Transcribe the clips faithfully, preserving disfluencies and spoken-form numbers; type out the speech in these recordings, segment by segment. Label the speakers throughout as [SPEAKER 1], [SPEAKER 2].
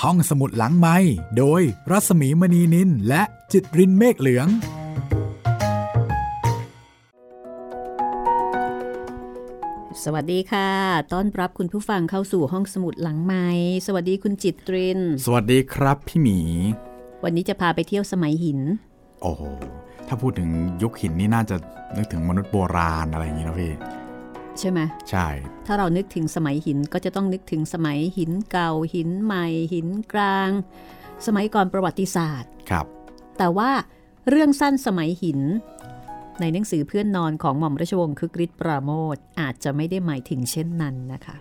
[SPEAKER 1] ห้องสมุดหลังไมค์โดยรัศมีมณีนินและจิตรินเมฆเหลือง
[SPEAKER 2] สวัสดีค่ะต้อนรับคุณผู้ฟังเข้าสู่ห้องสมุดหลังไมค์สวัสดีคุณจิตริน
[SPEAKER 1] สวัสดีครับพี่หมี
[SPEAKER 2] วันนี้จะพาไปเที่ยวสมัยหิน
[SPEAKER 1] โอ้โหถ้าพูดถึงยุคหินนี่น่าจะนึกถึงมนุษย์โบราณอะไรอย่างนี้นะพี่
[SPEAKER 2] ใช่ไหม
[SPEAKER 1] ใช่
[SPEAKER 2] ถ้าเรานึกถึงสมัยหินก็จะต้องนึกถึงสมัยหินเก่าหินใหม่หินกลางสมัยก่อนประวัติศาสตร์
[SPEAKER 1] ครับ
[SPEAKER 2] แต่ว่าเรื่องสั้นสมัยหินในหนังสือเพื่อนนอนของหม่อมราชวงศ์คึกฤทธิ์ปราโมทย์อาจจะไม่ได้หมายถึงเช่นนั้นนะคะ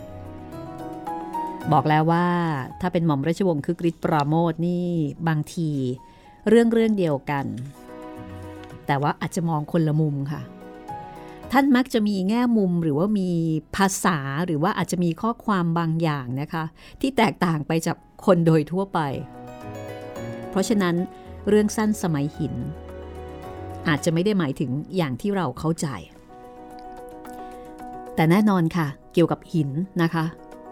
[SPEAKER 2] บอกแล้วว่าถ้าเป็นหม่อมราชวงศ์คึกฤทธิ์ปราโมทย์นี่บางทีเรื่องเรื่องเดียวกันแต่ว่าอาจจะมองคนละมุมค่ะท่านมักจะมีแง่มุมหรือว่ามีภาษาหรือว่าอาจจะมีข้อความบางอย่างนะคะที่แตกต่างไปจากคนโดยทั่วไปเพราะฉะนั้นเรื่องสั้นสมัยหินอาจจะไม่ได้หมายถึงอย่างที่เราเข้าใจแต่แน่นอนค่ะเกี่ยวกับหินนะคะ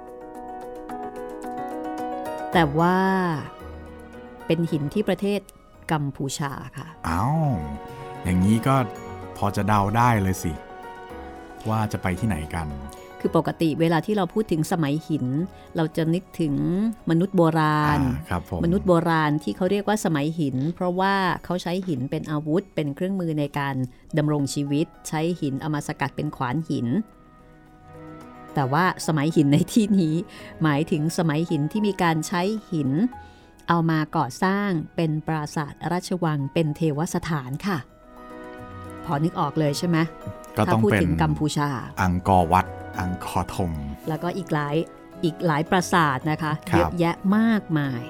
[SPEAKER 2] แต่ว่าเป็นหินที่ประเทศกัมพูชาค่ะ
[SPEAKER 1] อ้าวอย่างนี้ก็พอจะเดาได้เลยสิว่าจะไปที่ไหนกัน
[SPEAKER 2] คือปกติเวลาที่เราพูดถึงสมัยหินเราจะนึกถึงมนุษย์โบราณมนุษย์โบราณที่เขาเรียกว่าสมัยหินเพราะว่าเขาใช้หินเป็นอาวุธเป็นเครื่องมือในการดำรงชีวิตใช้หินเอามาสกัดเป็นขวานหินแต่ว่าสมัยหินในที่นี้หมายถึงสมัยหินที่มีการใช้หินเอามาก่อสร้างเป็นปราสาทราชวังเป็นเทวสถานค่ะพอนึกออกเลยใช่ไหม
[SPEAKER 1] ก็ต้องเป็น
[SPEAKER 2] กัมพูชา
[SPEAKER 1] อังกอร์วัดอังกอร์ธม
[SPEAKER 2] แล้วก็อีกหลายอีกหลายปราสาทนะคะเยอะแยะมากมาย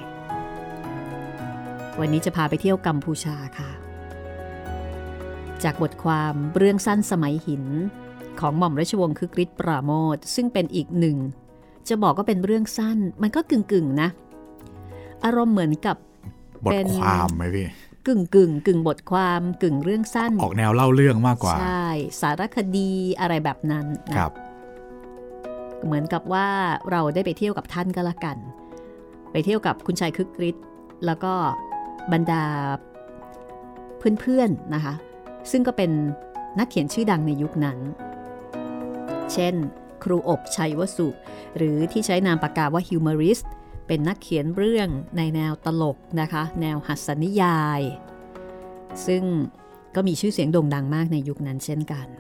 [SPEAKER 2] วันนี้จะพาไปเที่ยวกัมพูชาค่ะจากบทความเรื่องสั้นสมัยหินของหม่อมราชวงศ์คึกฤทธิ์ปราโมทย์ซึ่งเป็นอีกหนึ่งจะบอกก็เป็นเรื่องสั้นมันก็กึ่งๆนะอารมณ์เหมือนกับบ
[SPEAKER 1] ทความไหมพี่
[SPEAKER 2] กึ่งกึ่งกึ่งบทความกึ่งเรื่องสั้น
[SPEAKER 1] ออกแนวเล่าเรื่องมากกว่า
[SPEAKER 2] ใช่สารคดีอะไรแบบนั้นนะครับเหมือนกับว่าเราได้ไปเที่ยวกับท่านก็แล้วกันไปเที่ยวกับคุณชายคึกฤทธิ์แล้วก็บรรดาเพื่อนๆนะคะซึ่งก็เป็นนักเขียนชื่อดังในยุคนั้นเช่นครูอบชัยวสุหรือที่ใช้นามปากกาว่าฮิวเมอริสต์เป็นนักเขียนเรื่องในแนวตลกนะคะแนวหัสนิยายซึ่งก็มีชื่อเสียงโด่งดังมากในยุคนั้นเช่นกัน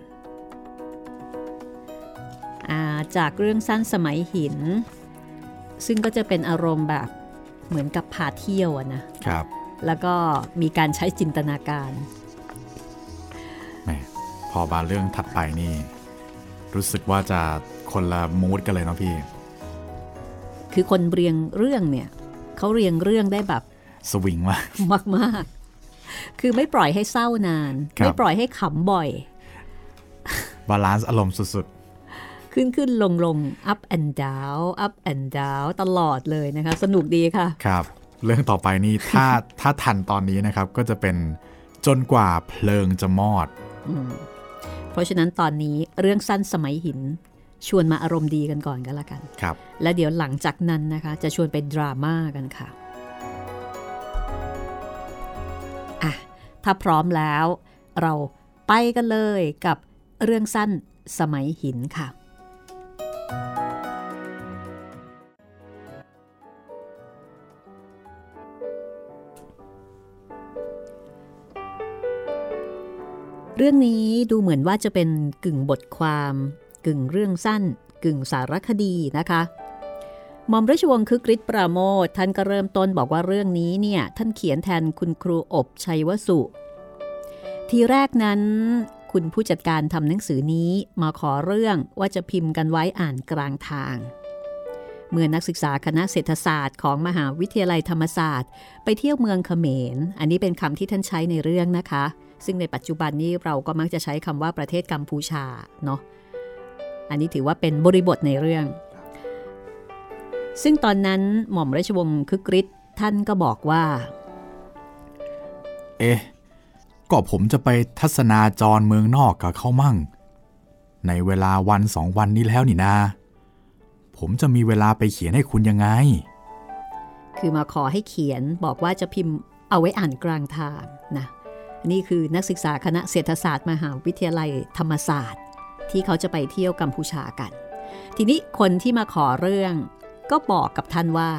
[SPEAKER 2] จากเรื่องสั้นสมัยหินซึ่งก็จะเป็นอารมณ์แบบเหมือนกับพาเที่ยวนะครับแล้วก็มีการใช้จินตนาการ
[SPEAKER 1] แหมพอบาเรื่องถัดไปนี่รู้สึกว่าจะคนละมูดกันเลยเนาะพี่
[SPEAKER 2] คือคนเรียงเรื่องเนี่ยเขาเรียงเรื่องได้แบบ
[SPEAKER 1] สวิงมาก
[SPEAKER 2] มากมากคือไม่ปล่อยให้เศร้านานไม่ปล่อยให้ขำบ่อย
[SPEAKER 1] บาลานซ์อารมณ์สุด
[SPEAKER 2] ๆขึ้นขึ้นลงลง up and down up and down ตลอดเลยนะคะสนุกดีค่ะ
[SPEAKER 1] ครับเรื่องต่อไปนี้ถ้าถ้าทันตอนนี้นะครับก็จะเป็นจนกว่าเพลิงจะมอด
[SPEAKER 2] เพราะฉะนั้นตอนนี้เรื่องสั้นสมัยหินชวนมาอารมณ์ดีกันก่อนก็แล้วกัน
[SPEAKER 1] ครับ
[SPEAKER 2] และเดี๋ยวหลังจากนั้นนะคะจะชวนไปดราม่ากันค่ะอ่ะถ้าพร้อมแล้วเราไปกันเลยกับเรื่องสั้นสมัยหินค่ะเรื่องนี้ดูเหมือนว่าจะเป็นกึ่งบทความกึ่งเรื่องสั้นกึ่งสารคดีนะคะหม่อมราชวงศ์คึกฤทธิ์ปราโมทย์ท่านก็เริ่มต้นบอกว่าเรื่องนี้เนี่ยท่านเขียนแทนคุณครูอบชัยวสุทีแรกนั้นคุณผู้จัดการทำหนังสือนี้มาขอเรื่องว่าจะพิมพ์กันไว้อ่านกลางทางเมื่อนักศึกษาคณะเศรษฐศาสตร์ของมหาวิทยาลัยธรรมศาสตร์ไปเที่ยวเมืองเขมรอันนี้เป็นคำที่ท่านใช้ในเรื่องนะคะซึ่งในปัจจุบันนี้เราก็มักจะใช้คำว่าประเทศกัมพูชาเนาะอันนี้ถือว่าเป็นบริบทในเรื่องซึ่งตอนนั้นหม่อมราชวงศ์คึกฤทธิ์ท่านก็บอกว่า
[SPEAKER 1] เอ๊ะก็ผมจะไปทัศนาจรเมืองนอกกับเขามั่งในเวลาวันสองวันนี้แล้วนี่นาผมจะมีเวลาไปเขียนให้คุณยังไง
[SPEAKER 2] คือมาขอให้เขียนบอกว่าจะพิมพ์เอาไว้อ่านกลางทางนะนี่คือนักศึกษาคณะเศรษฐศาสตร์มหาวิทยาลัยธรรมศาสตร์ที่เขาจะไปเที่ยวกัมพูชากันทีนี้คนที่มาขอเรื่องก็บอกกับท่านว่า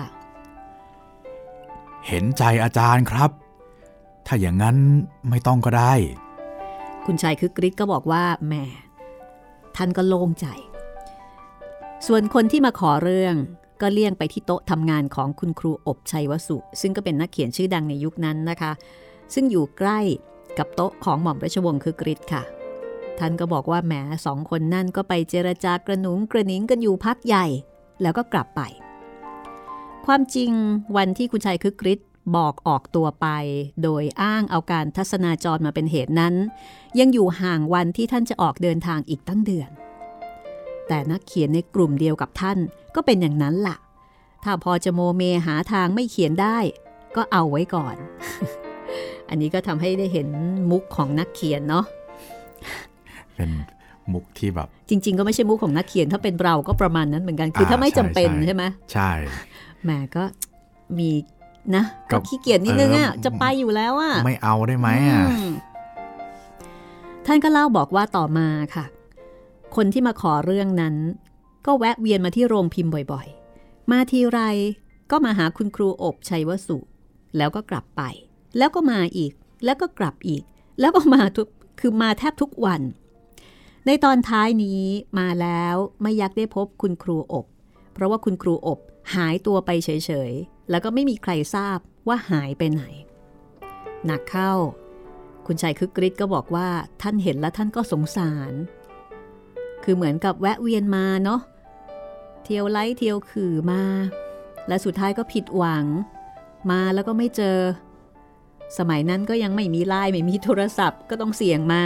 [SPEAKER 1] เห็นใจอาจารย์ครับถ้าอย่างนั้นไม่ต้องก็ได้
[SPEAKER 2] คุณชายคึกฤทธิ์ก็บอกว่าแหมท่านก็โล่งใจส่วนคนที่มาขอเรื่องก็เลี่ยงไปที่โต๊ะทำงานของคุณครูอบชัยวสุซึ่งก็เป็นนักเขียนชื่อดังในยุคนั้นนะคะซึ่งอยู่ใกล้กับโต๊ะของหม่อมราชวงศ์คึกฤทธิ์ค่ะท่านก็บอกว่าแหมสองคนนั่นก็ไปเจรจากระหนุงกระหนิงกันอยู่พักใหญ่แล้วก็กลับไปความจริงวันที่คุณชายคึกฤทธิ์บอกออกตัวไปโดยอ้างเอาการทัศนาจรมาเป็นเหตุนั้นยังอยู่ห่างวันที่ท่านจะออกเดินทางอีกตั้งเดือนแต่นักเขียนในกลุ่มเดียวกับท่านก็เป็นอย่างนั้นล่ะถ้าพอจะโมเมหาทางไม่เขียนได้ก็เอาไว้ก่อน อันนี้ก็ทำให้ได้เห็นมุกของนักเขียนเนาะ
[SPEAKER 1] เป็นมุกที่แบบ
[SPEAKER 2] จริงๆก็ไม่ใช่มุกของนักเขียนถ้าเป็นเราก็ประมาณนั้นเหมือนกันคือถ้าไม่จำเป็นใช่ไหม
[SPEAKER 1] ใช่
[SPEAKER 2] แหมก็มีนะก็ขี้เกียจนิดนึงอ่ะจะไปอยู่แล้วอ่ะ
[SPEAKER 1] ไม่เอาได้ไหมอ่ะ
[SPEAKER 2] ท่านก็เล่าบอกว่าต่อมาค่ะคนที่มาขอเรื่องนั้นก็แวะเวียนมาที่โรงพิมพ์บ่อยๆมาทีไรก็มาหาคุณครูอบชัยวสุแล้วก็กลับไปแล้วก็มาอีกแล้วก็กลับอีกแล้วก็มาทุกคือมาแทบทุกวันในตอนท้ายนี้มาแล้วไม่ยักได้พบคุณครูอบเพราะว่าคุณครูอบหายตัวไปเฉยๆแล้วก็ไม่มีใครทราบว่าหายไปไหนหนักเข้าคุณชายคึกฤทธิ์ก็บอกว่าท่านเห็นแล้วท่านก็สงสารคือเหมือนกับแวะเวียนมาเนาะเที่ยวไล่เที่ยวขื่อมาและสุดท้ายก็ผิดหวังมาแล้วก็ไม่เจอสมัยนั้นก็ยังไม่มีไลน์ไม่มีโทรศัพท์ก็ต้องเสี่ยงมา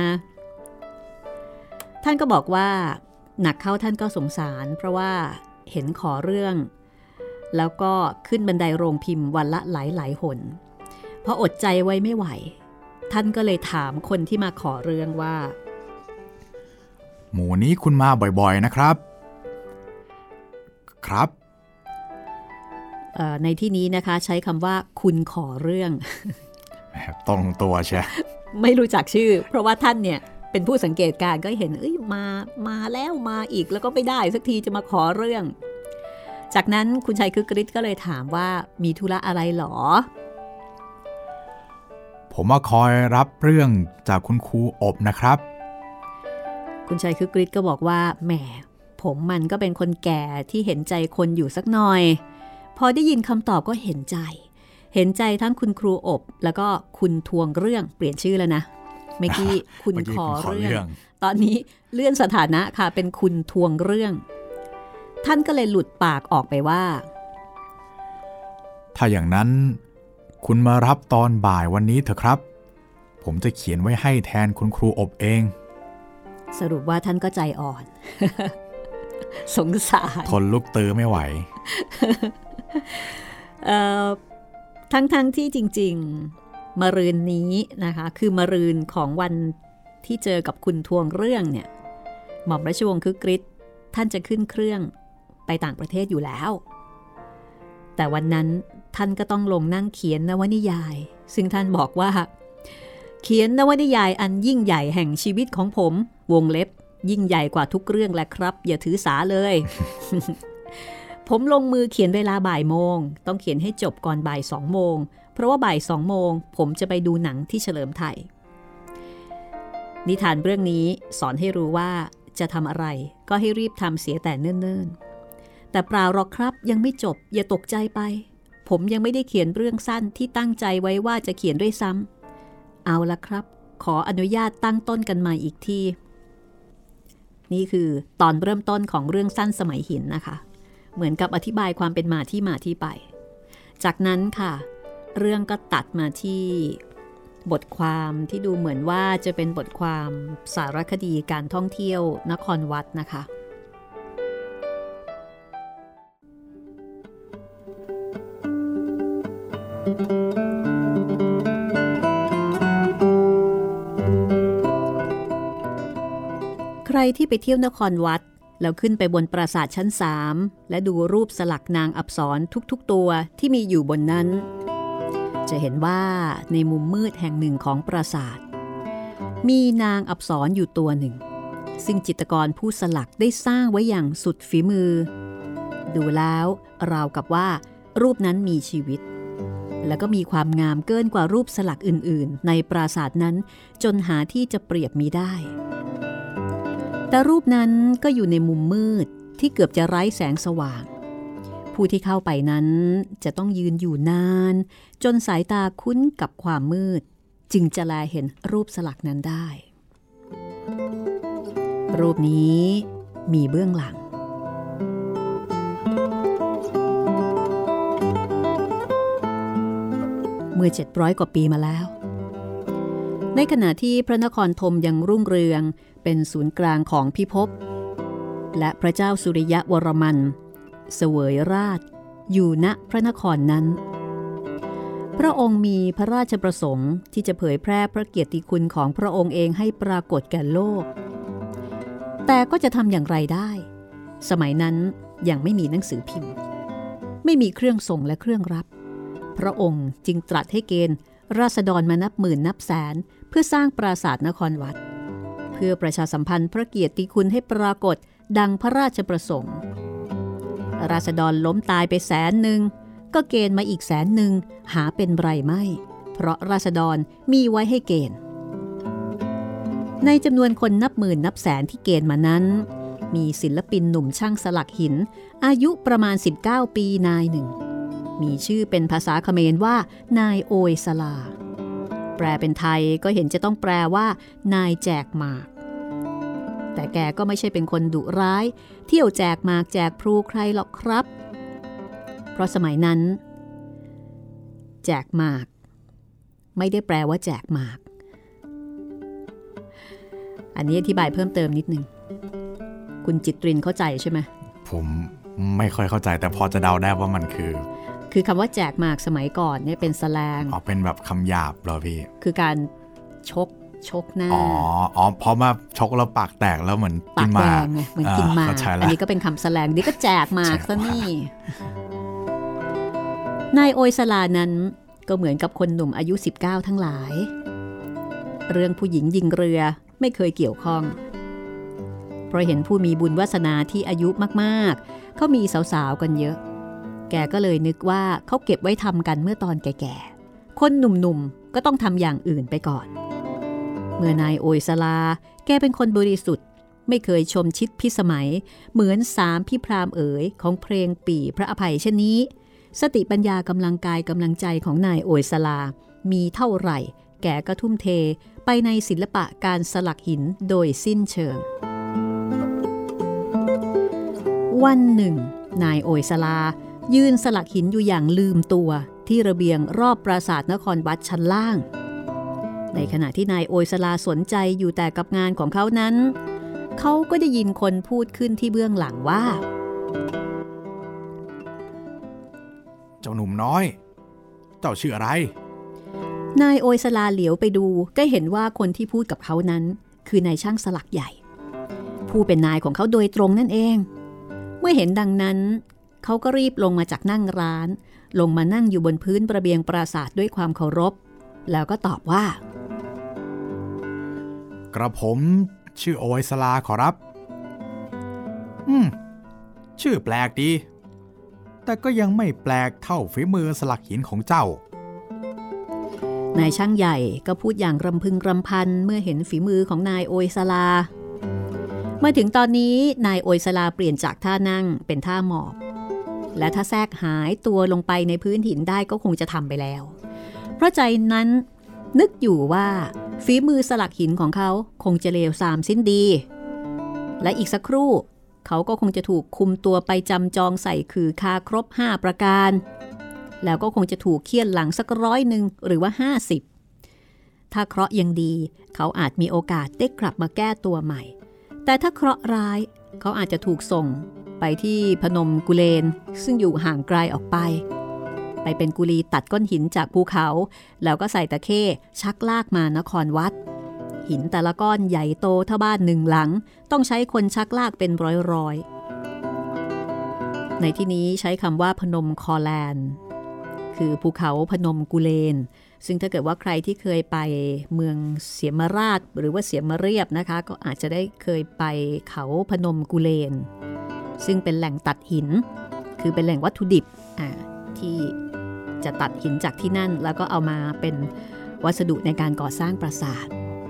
[SPEAKER 2] ท่านก็บอกว่าหนักเข้าท่านก็สงสารเพราะว่าเห็นขอเรื่องแล้วก็ขึ้นบันไดโรงพิมพ์วันละหลายหลายหนพออดใจไว้ไม่ไหวท่านก็เลยถามคนที่มาขอเรื่องว่า
[SPEAKER 1] หมู่นี้คุณมาบ่อยๆนะครับครับ
[SPEAKER 2] ในที่นี้นะคะใช้คำว่าคุณขอเรื่อง
[SPEAKER 1] ตรงตัวใช่
[SPEAKER 2] ไม่รู้จักชื่อเพราะว่าท่านเนี่ยเป็นผู้สังเกตการก็เห็นเอ้ยมามาแล้วมาอีกแล้วก็ไม่ได้สักทีจะมาขอเรื่องจากนั้นคุณชัยคึกฤทธิ์ก็เลยถามว่ามีธุระอะไรหรอ
[SPEAKER 1] ผมมาคอยรับเรื่องจากคุณครูอบนะครับ
[SPEAKER 2] คุณชัยคึกฤทธิ์ก็บอกว่าแหมผมมันก็เป็นคนแก่ที่เห็นใจคนอยู่สักหน่อยพอได้ยินคำตอบก็เห็นใจเห็นใจทั้งคุณครูอบแล้วก็คุณทวงเรื่องเปลี่ยนชื่อแล้วนะเมื่อกี้คุณขอเรื่องตอนนี้เลื่อนสถานะค่ะเป็นคุณทวงเรื่องท่านก็เลยหลุดปากออกไปว่า
[SPEAKER 1] ถ้าอย่างนั้นคุณมารับตอนบ่ายวันนี้เถอะครับผมจะเขียนไว้ให้แทนคุณครูอบเอง
[SPEAKER 2] สรุปว่าท่านก็ใจอ่อน สงสาร
[SPEAKER 1] ทนลุกตือไม่ไหว
[SPEAKER 2] ทั้งๆ ท, ที่จริงๆมะรืนนี้นะคะคือมะรืนของวันที่เจอกับคุณทวงเรื่องเนี่ยหม่อมราชวงศ์คึกฤทธิ์ท่านจะขึ้นเครื่องไปต่างประเทศอยู่แล้วแต่วันนั้นท่านก็ต้องลงนั่งเขียนนวนิยายซึ่งท่านบอกว่าเขียนนวนิยายอันยิ่งใหญ่แห่งชีวิตของผมวงเล็บยิ่งใหญ่กว่าทุกเรื่องแหละครับอย่าถือสาเลย ผมลงมือเขียนเวลาบ่ายโมงต้องเขียนให้จบก่อนบ่ายสองโมงเพราะว่าบ่ายสองโมงผมจะไปดูหนังที่เฉลิมไทยนิทานเรื่องนี้สอนให้รู้ว่าจะทำอะไรก็ให้รีบทำเสียแต่เนิ่นๆแต่เปล่าหรอกครับยังไม่จบอย่าตกใจไปผมยังไม่ได้เขียนเรื่องสั้นที่ตั้งใจไว้ว่าจะเขียนด้วยซ้ำเอาละครับขออนุญาตตั้งต้นกันใหม่อีกทีนี่คือตอนเริ่มต้นของเรื่องสั้นสมัยหินนะคะเหมือนกับอธิบายความเป็นมาที่มาที่ไปจากนั้นค่ะเรื่องก็ตัดมาที่บทความที่ดูเหมือนว่าจะเป็นบทความสารคดีการท่องเที่ยวนครวัดนะคะใครที่ไปเที่ยวนครวัดแล้วขึ้นไปบนปราสาทชั้นสามและดูรูปสลักนางอัปสรทุกๆตัวที่มีอยู่บนนั้นจะเห็นว่าในมุมมืดแห่งหนึ่งของปราสาทมีนางอัปสรอยู่ตัวหนึ่งซึ่งจิตรกรผู้สลักได้สร้างไว้อย่างสุดฝีมือดูแล้วราวกับว่ารูปนั้นมีชีวิตแล้วก็มีความงามเกินกว่ารูปสลักอื่นๆในปราสาทนั้นจนหาที่จะเปรียบมิได้แต่รูปนั้นก็อยู่ในมุมมืดที่เกือบจะไร้แสงสว่างผู้ที่เข้าไปนั้นจะต้องยืนอยู่นานจนสายตาคุ้นกับความมืดจึงจะแลเห็นรูปสลักนั้นได้รูปนี้มีเบื้องหลังเมื่อเจ็ดร้อยกว่าปีมาแล้วในขณะที่พระนครธมยังรุ่งเรืองเป็นศูนย์กลางของพิภพและพระเจ้าสุริยะวรมันเสวยราชอยู่ณพระนครนั้นพระองค์มีพระราชประสงค์ที่จะเผยแพร่พระเกียรติคุณของพระองค์เองให้ปรากฏแก่โลกแต่ก็จะทำอย่างไรได้สมัยนั้นยังไม่มีหนังสือพิมพ์ไม่มีเครื่องส่งและเครื่องรับพระองค์จึงตรัสให้เกณฑ์ราษฎรมานับหมื่นนับแสนเพื่อสร้างปราสาทนครวัดเพื่อประชาสัมพันธ์พระเกียรติคุณให้ปรากฏดังพระราชประสงค์ราษฎรล้มตายไปแสนหนึ่งก็เกณฑ์มาอีกแสนหนึ่งหาเป็นไรไม่เพราะราษฎรมีไว้ให้เกณฑ์ในจำนวนคนนับหมื่นนับแสนที่เกณฑ์มานั้นมีศิลปินหนุ่มช่างสลักหินอายุประมาณสิบเก้าปีนายหนึ่งมีชื่อเป็นภาษาเขมรว่านายโอยสลาแปลเป็นไทยก็เห็นจะต้องแปลว่านายแจกหมากแต่แกก็ไม่ใช่เป็นคนดุร้ายเที่ยวแจกหมากแจกพลูใครหรอกครับเพราะสมัยนั้นแจกหมากไม่ได้แปลว่าแจกหมากอันนี้อธิบายเพิ่มเติมนิดนึงคุณจิตรินเข้าใจใช่ไหม
[SPEAKER 1] ผมไม่ค่อยเข้าใจแต่พอจะเดาได้ว่ามันคือ
[SPEAKER 2] คือคำว่าแจกหมากสมัยก่อนเนี่ยเป็นแสแลง
[SPEAKER 1] อ๋อเป็นแบบคำหยาบเหรอพี่
[SPEAKER 2] คือการชกชกหน้า
[SPEAKER 1] อ๋ออ๋อเพราะมาชกแล้วปากแตกแล้วเหมือน
[SPEAKER 2] กินหมากไงเหมือนกินหมากอันนี้ก็เป็นคำแสแลงนี่ก็แจกหมากซะนี่นายโอยสลานั้นก็เหมือนกับคนหนุ่มอายุสิบเก้าทั้งหลายเรื่องผู้หญิงยิงเรือไม่เคยเกี่ยวข้องเพราะเห็นผู้มีบุญวาสนาที่อายุมากๆเขามีสาวๆกันเยอะแกก็เลยนึกว่าเขาเก็บไว้ทำกันเมื่อตอนแก่ๆคนหนุ่มๆก็ต้องทำอย่างอื่นไปก่อนเมื่อนายโอยสลาแกเป็นคนบริสุทธิ์ไม่เคยชมชิดพิสมัยเหมือนสามพี่พรามเอ๋ยของเพลงปี่พระอภัยเช่นนี้สติปัญญากำลังกายกำลังใจของนายโอยสลามีเท่าไหร่แกก็ทุ่มเทไปในศิลปะการสลักหินโดยสิ้นเชิงวันหนึ่งนายโอยสลายืนสลักหินอยู่อย่างลืมตัวที่ระเบียงรอบปราสาทนครวัดชั้นล่างในขณะที่นายโอยสลาสนใจอยู่แต่กับงานของเขานั้นเขาก็ได้ยินคนพูดขึ้นที่เบื้องหลังว่า
[SPEAKER 1] เจ้าหนุ่มน้อยเจ้าชื่ออะไร
[SPEAKER 2] นายโอยสลาเหลียวไปดูก็เห็นว่าคนที่พูดกับเขานั้นคือนายช่างสลักใหญ่ผู้เป็นนายของเขาโดยตรงนั่นเองเมื่อเห็นดังนั้นเขาก็รีบลงมาจากนั่งร้านลงมานั่งอยู่บนพื้นระเบียงปราสาทด้วยความเคารพแล้วก็ตอบว่าก
[SPEAKER 1] ระผมชื่อโอยสลาขอรับอืมชื่อแปลกดีแต่ก็ยังไม่แปลกเท่าฝีมือสลักหินของเจ้าน
[SPEAKER 2] ายช่างใหญ่ก็พูดอย่างรำพึงรำพันเมื่อเห็นฝีมือของนายโอยสลาเมื่อถึงตอนนี้นายโอยสลาเปลี่ยนจากท่านั่งเป็นท่าหมอบและถ้าแทรกหายตัวลงไปในพื้นหินได้ก็คงจะทำไปแล้วเพราะใจนั้นนึกอยู่ว่าฝีมือสลักหินของเขาคงจะเลวทรามสิ้นดีและอีกสักครู่เขาก็คงจะถูกคุมตัวไปจำจองใส่คือคาครบห้าประการแล้วก็คงจะถูกเฆี่ยนหลังสักร้อยหนึ่งหรือว่าห้าสิบถ้าเคราะห์ยังดีเขาอาจมีโอกาสได้กลับมาแก้ตัวใหม่แต่ถ้าเคราะห์ร้ายเขาอาจจะถูกส่งไปที่พนมกุเลนซึ่งอยู่ห่างไกลออกไปไปเป็นกุลีตัดก้อนหินจากภูเขาแล้วก็ใส่ตะเข้ชักลากมานครวัดหินแต่ละก้อนใหญ่โตเท่าบ้านหนึ่งหลังต้องใช้คนชักลากเป็นร้อยๆในที่นี้ใช้คำว่าพนมคอแลนคือภูเขาพนมกุเลนซึ่งถ้าเกิดว่าใครที่เคยไปเมืองเสียมราชหรือว่าเสียมเรียบนะคะก็อาจจะได้เคยไปเขาพนมกุเลนซึ่งเป็นแหล่งตัดหินคือเป็นแหล่งวัตถุดิบอ่าที่จะตัดหินจากที่นั่นแล้วก็เอามาเป็นวัสดุในการก่อสร้างปราสาท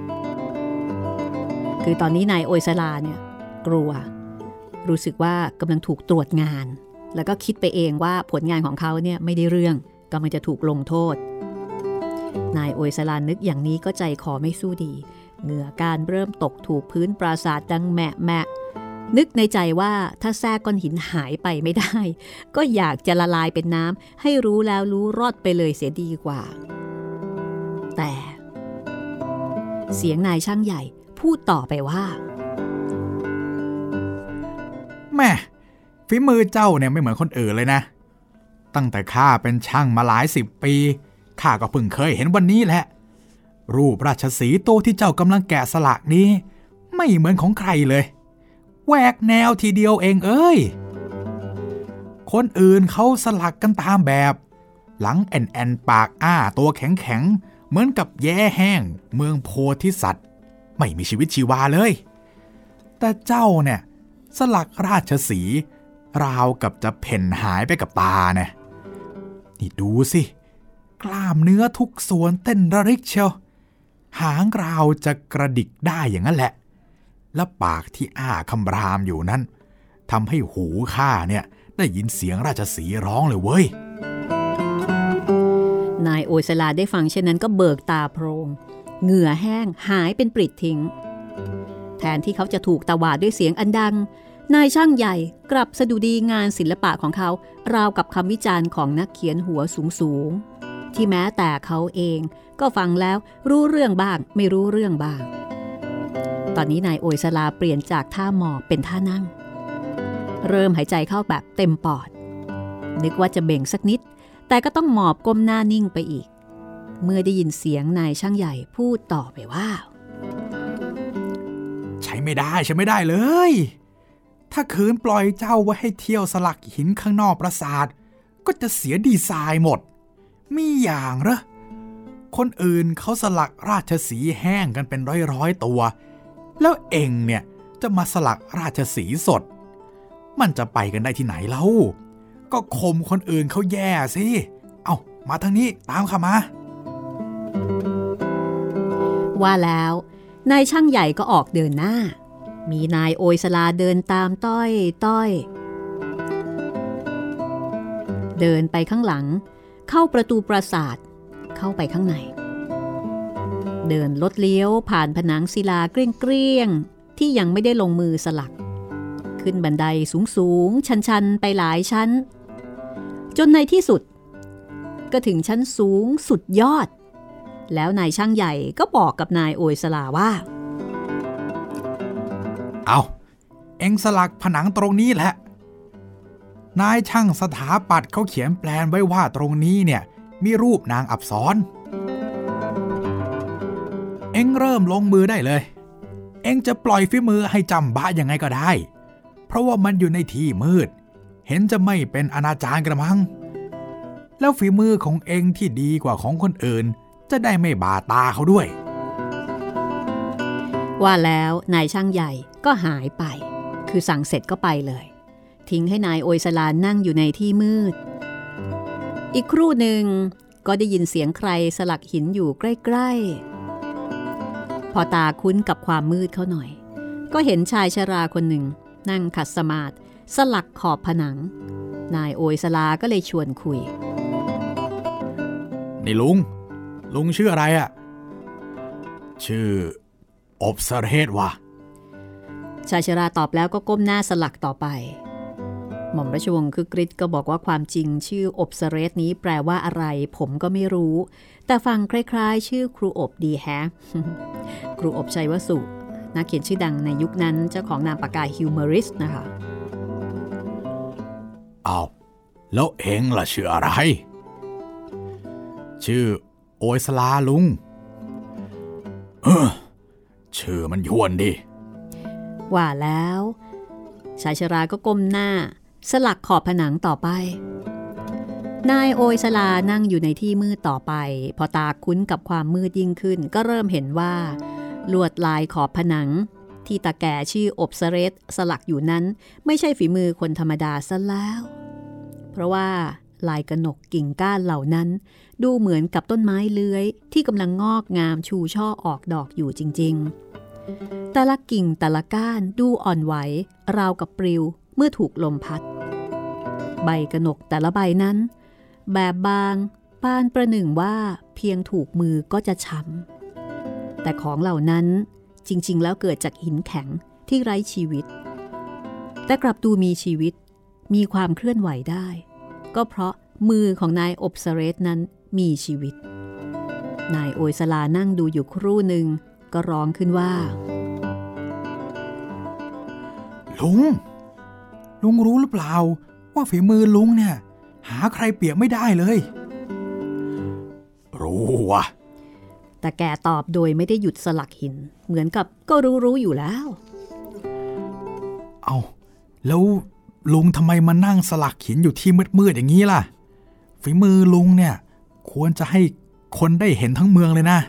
[SPEAKER 2] คือตอนนี้นายโอยสลาเนี่ยกลัวรู้สึกว่ากำลังถูกตรวจงานแล้วก็คิดไปเองว่าผลงานของเขาเนี่ยไม่ได้เรื่องกำลังจะถูกลงโทษนายโอยสลานึกอย่างนี้ก็ใจคอไม่สู้ดีเหงื่อการเริ่มตกถูกพื้นปราสาทดังแหมะแหมะนึกในใจว่าถ้าแทรกก้อนหินหายไปไม่ได้ก็อยากจะละลายเป็นน้ำให้รู้แล้วรู้รอดไปเลยเสียดีกว่าแต่เสียงนายช่างใหญ่พูดต่อไปว่า
[SPEAKER 1] แม่ฝีมือเจ้าเนี่ยไม่เหมือนคนอื่นเลยนะตั้งแต่ข้าเป็นช่างมาหลายสิบปีข้าก็เพิ่งเคยเห็นวันนี้แหละรูปราชสีห์โตที่เจ้ากำลังแกะสลักนี้ไม่เหมือนของใครเลยแหวกแนวทีเดียวเองเอ้ยคนอื่นเขาสลักกันตามแบบหลังแอนแอนปากอ้าตัวแข็งแข็งเหมือนกับแย้แห้งเมืองโพธิสัตว์ไม่มีชีวิตชีวาเลยแต่เจ้าเนี่ยสลักราชสีห์ราวกับจะเพ่นหายไปกับตาเนี่ยนี่ดูสิกล้ามเนื้อทุกส่วนเต้นระริกเชียวหางราวจะกระดิกได้อย่างนั้นแหละและปากที่อ้าคำรามอยู่นั้นทำให้หูข้าเนี่ยได้ยินเสียงราชสีห์ร้องเลยเว้ย
[SPEAKER 2] นายโอยสลาได้ฟังเช่นนั้นก็เบิกตาโพรงเหงื่อแห้งหายเป็นปริดทิ้งแทนที่เขาจะถูกตวาดด้วยเสียงอันดังนายช่างใหญ่กลับสะดุดีงานศิลปะของเขาราวกับคำวิจารณ์ของนักเขียนหัวสูงๆที่แม้แต่เขาเองก็ฟังแล้วรู้เรื่องบ้างไม่รู้เรื่องบ้างตอนนี้นายโอยสลาเปลี่ยนจากท่าหมอบเป็นท่านั่งเริ่มหายใจเข้าแบบเต็มปอดนึกว่าจะเบ่งสักนิดแต่ก็ต้องหมอบก้มหน้านิ่งไปอีกเมื่อได้ยินเสียงนายช่างใหญ่พูดต่อไปว่า
[SPEAKER 1] ใช้ไม่ได้ใช้ไม่ได้เลยถ้าคืนปล่อยเจ้าไว้ให้เที่ยวสลักหินข้างนอกปราสาทก็จะเสียดีไซน์หมดมีอย่างเหรอคนอื่นเขาสลักราชสีห์แห้งกันเป็นร้อยๆตัวแล้วเอ็งเนี่ยจะมาสลักราชสีห์สดมันจะไปกันได้ที่ไหนเล่าก็ข่มคนอื่นเขาแย่สิเอ้ามาทางนี้ตามข้ามา
[SPEAKER 2] ว่าแล้วนายช่างใหญ่ก็ออกเดินหน้ามีนายโอยสลาเดินตามต้อยต้อยเดินไปข้างหลังเข้าประตูปราสาทเข้าไปข้างในเดินลดเลี้ยวผ่านผนังศิลาเกลี้ยงๆที่ยังไม่ได้ลงมือสลักขึ้นบันไดสูงๆชันๆไปหลายชั้นจนในที่สุดก็ถึงชั้นสูงสุดยอดแล้วนายช่างใหญ่ก็บอกกับนายโอยสลาว่า
[SPEAKER 1] เอาเอ็งสลักผนังตรงนี้แหละนายช่างสถาปัตย์เขาเขียนแปลนไว้ว่าตรงนี้เนี่ยมีรูปนางอัปสรเอ็งเริ่มลงมือได้เลยเอ็งจะปล่อยฝีมือให้จำบ้ายังไงก็ได้เพราะว่ามันอยู่ในที่มืดเห็นจะไม่เป็นอนาจารกระมังแล้วฝีมือของเอ็งที่ดีกว่าของคนอื่นจะได้ไม่บาดตาเขาด้วย
[SPEAKER 2] ว่าแล้วนายช่างใหญ่ก็หายไปคือสั่งเสร็จก็ไปเลยทิ้งให้นายโอยสลานั่งอยู่ในที่มืดอีกครู่หนึ่งก็ได้ยินเสียงใครสลักหินอยู่ใกล้ๆพอตาคุ้นกับความมืดเขาหน่อยก็เห็นชายชราคนหนึ่งนั่งขัดสมาธิสลักขอบผนังนายโอยสลาก็เลยชวนคุย
[SPEAKER 1] นี่ลุงลุงชื่ออะไรอ่ะชื่ออบสเรศวะ
[SPEAKER 2] ชายชราตอบแล้วก็ก้มหน้าสลักต่อไปหม่อมราชวงศ์คึกฤทธิ์ก็บอกว่าความจริงชื่ออบสเรศนี้แปลว่าอะไรผมก็ไม่รู้แต่ฟังคล้ายๆชื่อครูอบดีแฮะ ครูอบชัยวสุนักเขียนชื่อดังในยุคนั้นเจ้าของนามปากกาฮิวเมอริสนะคะ
[SPEAKER 1] อ้าวแล้วเอ็งล่ะชื่ออะไรชื่อโอยสลาลุงเออชื่อมันยวนดิ
[SPEAKER 2] ว่าแล้วชายชราก็ก้มหน้าสลักขอบผนังต่อไปนายโอยสลานั่งอยู่ในที่มืดต่อไปพอตาคุ้นกับความมืดยิ่งขึ้นก็เริ่มเห็นว่าลวดลายขอบผนังที่ตาแก่ชื่ออบสเรศสลักอยู่นั้นไม่ใช่ฝีมือคนธรรมดาซะแล้วเพราะว่าลายกนกกิ่งก้านเหล่านั้นดูเหมือนกับต้นไม้เลื้อยที่กำลังงอกงามชูช่อออกดอกอยู่จริงๆแต่ละกิ่งแต่ละก้านดูอ่อนไหวราวกับปลิวเมื่อถูกลมพัดใบกนกแต่ละใบนั้นแบบบางปานประหนึ่งว่าเพียงถูกมือก็จะช้ำแต่ของเหล่านั้นจริงๆแล้วเกิดจากหินแข็งที่ไร้ชีวิตแต่กลับดูมีชีวิตมีความเคลื่อนไหวได้ก็เพราะมือของนายอบสเรศนั้นมีชีวิตนายโอยสลานั่งดูอยู่ครู่หนึ่งก็ร้องขึ้นว่า
[SPEAKER 1] ลุงลุงรู้หรือเปล่าว่าฝีมือลุงเนี่ยหาใครเปรียบไม่ได้เลยรู้วะ
[SPEAKER 2] แต่แกตอบโดยไม่ได้หยุดสลักหินเหมือนกับก็รู้ๆอยู่แล้ว
[SPEAKER 1] เอาแล้วลุงทำไมมานั่งสลักหินอยู่ที่มืดๆอย่างนี้ล่ะฝีมือลุงเนี่ยควรจะให้คนได้เห็นทั้งเมืองเลยนะ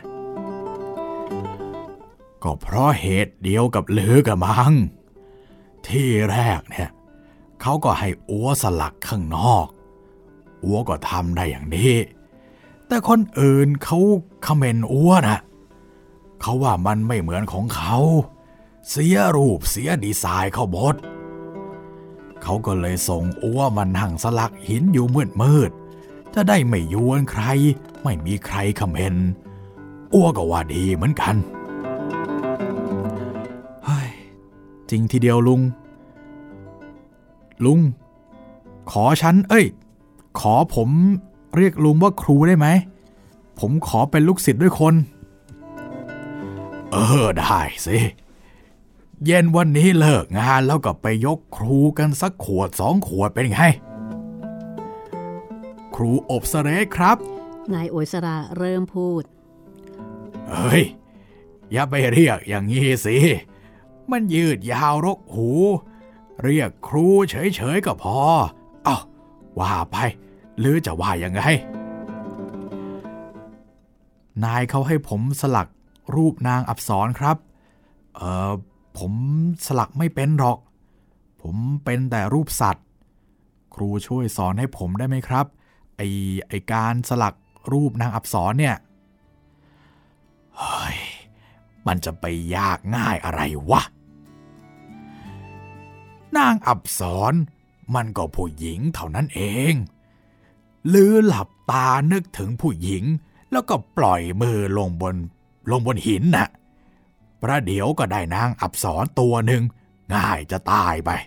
[SPEAKER 1] ก็เพราะเหตุเดียวกับลือกับมังที่แรกเนี่ยเขาก็ให้อัวสลักข้างนอกอัวก็ทำได้อย่างนี้แต่คนอื่นเขาคอมเมนต์อัวนะเขาว่ามันไม่เหมือนของเขาเสียรูปเสียดีไซน์เขาหมดเขาก็เลยส่งอัวมานั่งสลักหินอยู่มืดๆจะได้ไม่ยวนใครไม่มีใครคอมเมนต์อัวก็ว่าดีเหมือนกันเฮ้ยจริงทีเดียวลุงลุงขอฉันเอ้ยขอผมเรียกลุงว่าครูได้ไหมผมขอเป็นลูกศิษย์ด้วยคนเออได้สิเย็นวันนี้เลิกงานแล้วก็ไปยกครูกันสักขวดสองขวดเป็นไงครูอบสเรศครับ
[SPEAKER 2] นายโอยสราเริ่มพูด
[SPEAKER 1] เฮ้ยอย่าไปเรียกอย่างนี้สิมันยืดยาวรกหูเรียกครูเฉยๆก็พอเอ้าว่าไปหรือจะว่ายังไงนายเขาให้ผมสลักรูปนางอัปสรครับเออผมสลักไม่เป็นหรอกผมเป็นแต่รูปสัตว์ครูช่วยสอนให้ผมได้ไหมครับไอไอการสลักรูปนางอัปสรเนี่ยเฮ้ยมันจะไปยากง่ายอะไรวะนางอัปสรมันก็ผู้หญิงเท่านั้นเองหรือหลับตานึกถึงผู้หญิงแล้วก็ปล่อยมือลงบนลงบนหินน่ะประเดี๋ยวก็ได้นางอัปสรตัวหนึ่งง่ายจะตายไป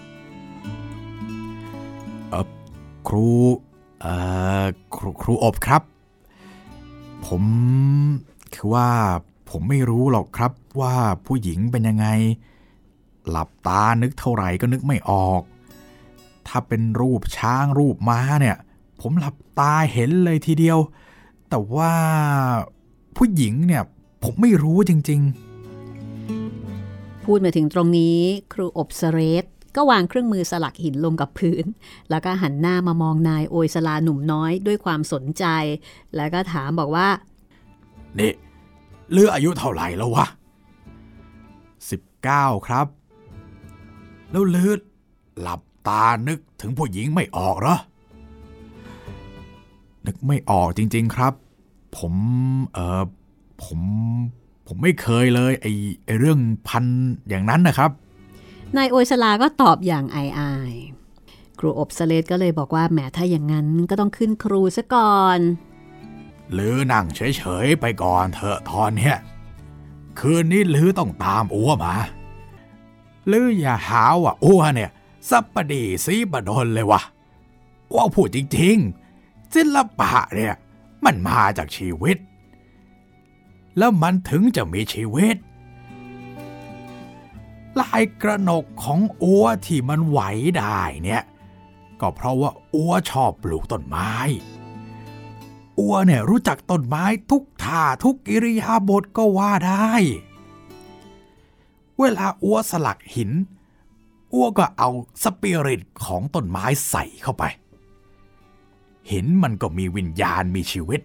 [SPEAKER 1] เออครูเอ่อครูครูอบครับผมคือว่าผมไม่รู้หรอกครับว่าผู้หญิงเป็นยังไงหลับตานึกเท่าไหร่ก็นึกไม่ออกถ้าเป็นรูปช้างรูปม้าเนี่ยผมหลับตาเห็นเลยทีเดียวแต่ว่าผู้หญิงเนี่ยผมไม่รู้จริง
[SPEAKER 2] ๆพูดมาถึงตรงนี้ครูอบสเรศก็วางเครื่องมือสลักหินลงกับพื้นแล้วก็หันหน้ามามองนายโอยสลาหนุ่มน้อยด้วยความสนใจแล้วก็ถามบอกว่า
[SPEAKER 1] นี่เลืออายุเท่าไหร่แล้ววะสิบเก้าครับแล้วเลือหลับตานึกถึงผู้หญิงไม่ออกเหรอนึกไม่ออกจริงๆครับผมเออผมผมไม่เคยเลยไอ้ไอ้เรื่องพันอย่างนั้นนะครับ
[SPEAKER 2] นายโอยสลาก็ตอบอย่างอายๆครูอบสเลดก็เลยบอกว่าแหมถ้าอย่างนั้นก็ต้องขึ้นครูซะก่อน
[SPEAKER 1] หรือนั่งเฉยๆไปก่อนเถอะตอนเนี้ยคืนนี้หรือต้องตามอัวมาหรืออย่าหาว่าอัวเนี่ยสัปปดีสีบดลเลยวะว่าพูดจริงๆศิลปะเนี่ยมันมาจากชีวิตแล้วมันถึงจะมีชีวิตลายกระหนกของอัวที่มันไหวได้เนี่ยก็เพราะว่าอัวชอบปลูกต้นไม้อัวเนี่ยรู้จักต้นไม้ทุกท่าทุกอิริยาบถก็ว่าได้เวลาอัวสลักหินอัวก็เอาสปิริตของต้นไม้ใส่เข้าไปหินมันก็มีวิญญาณมีชีวิต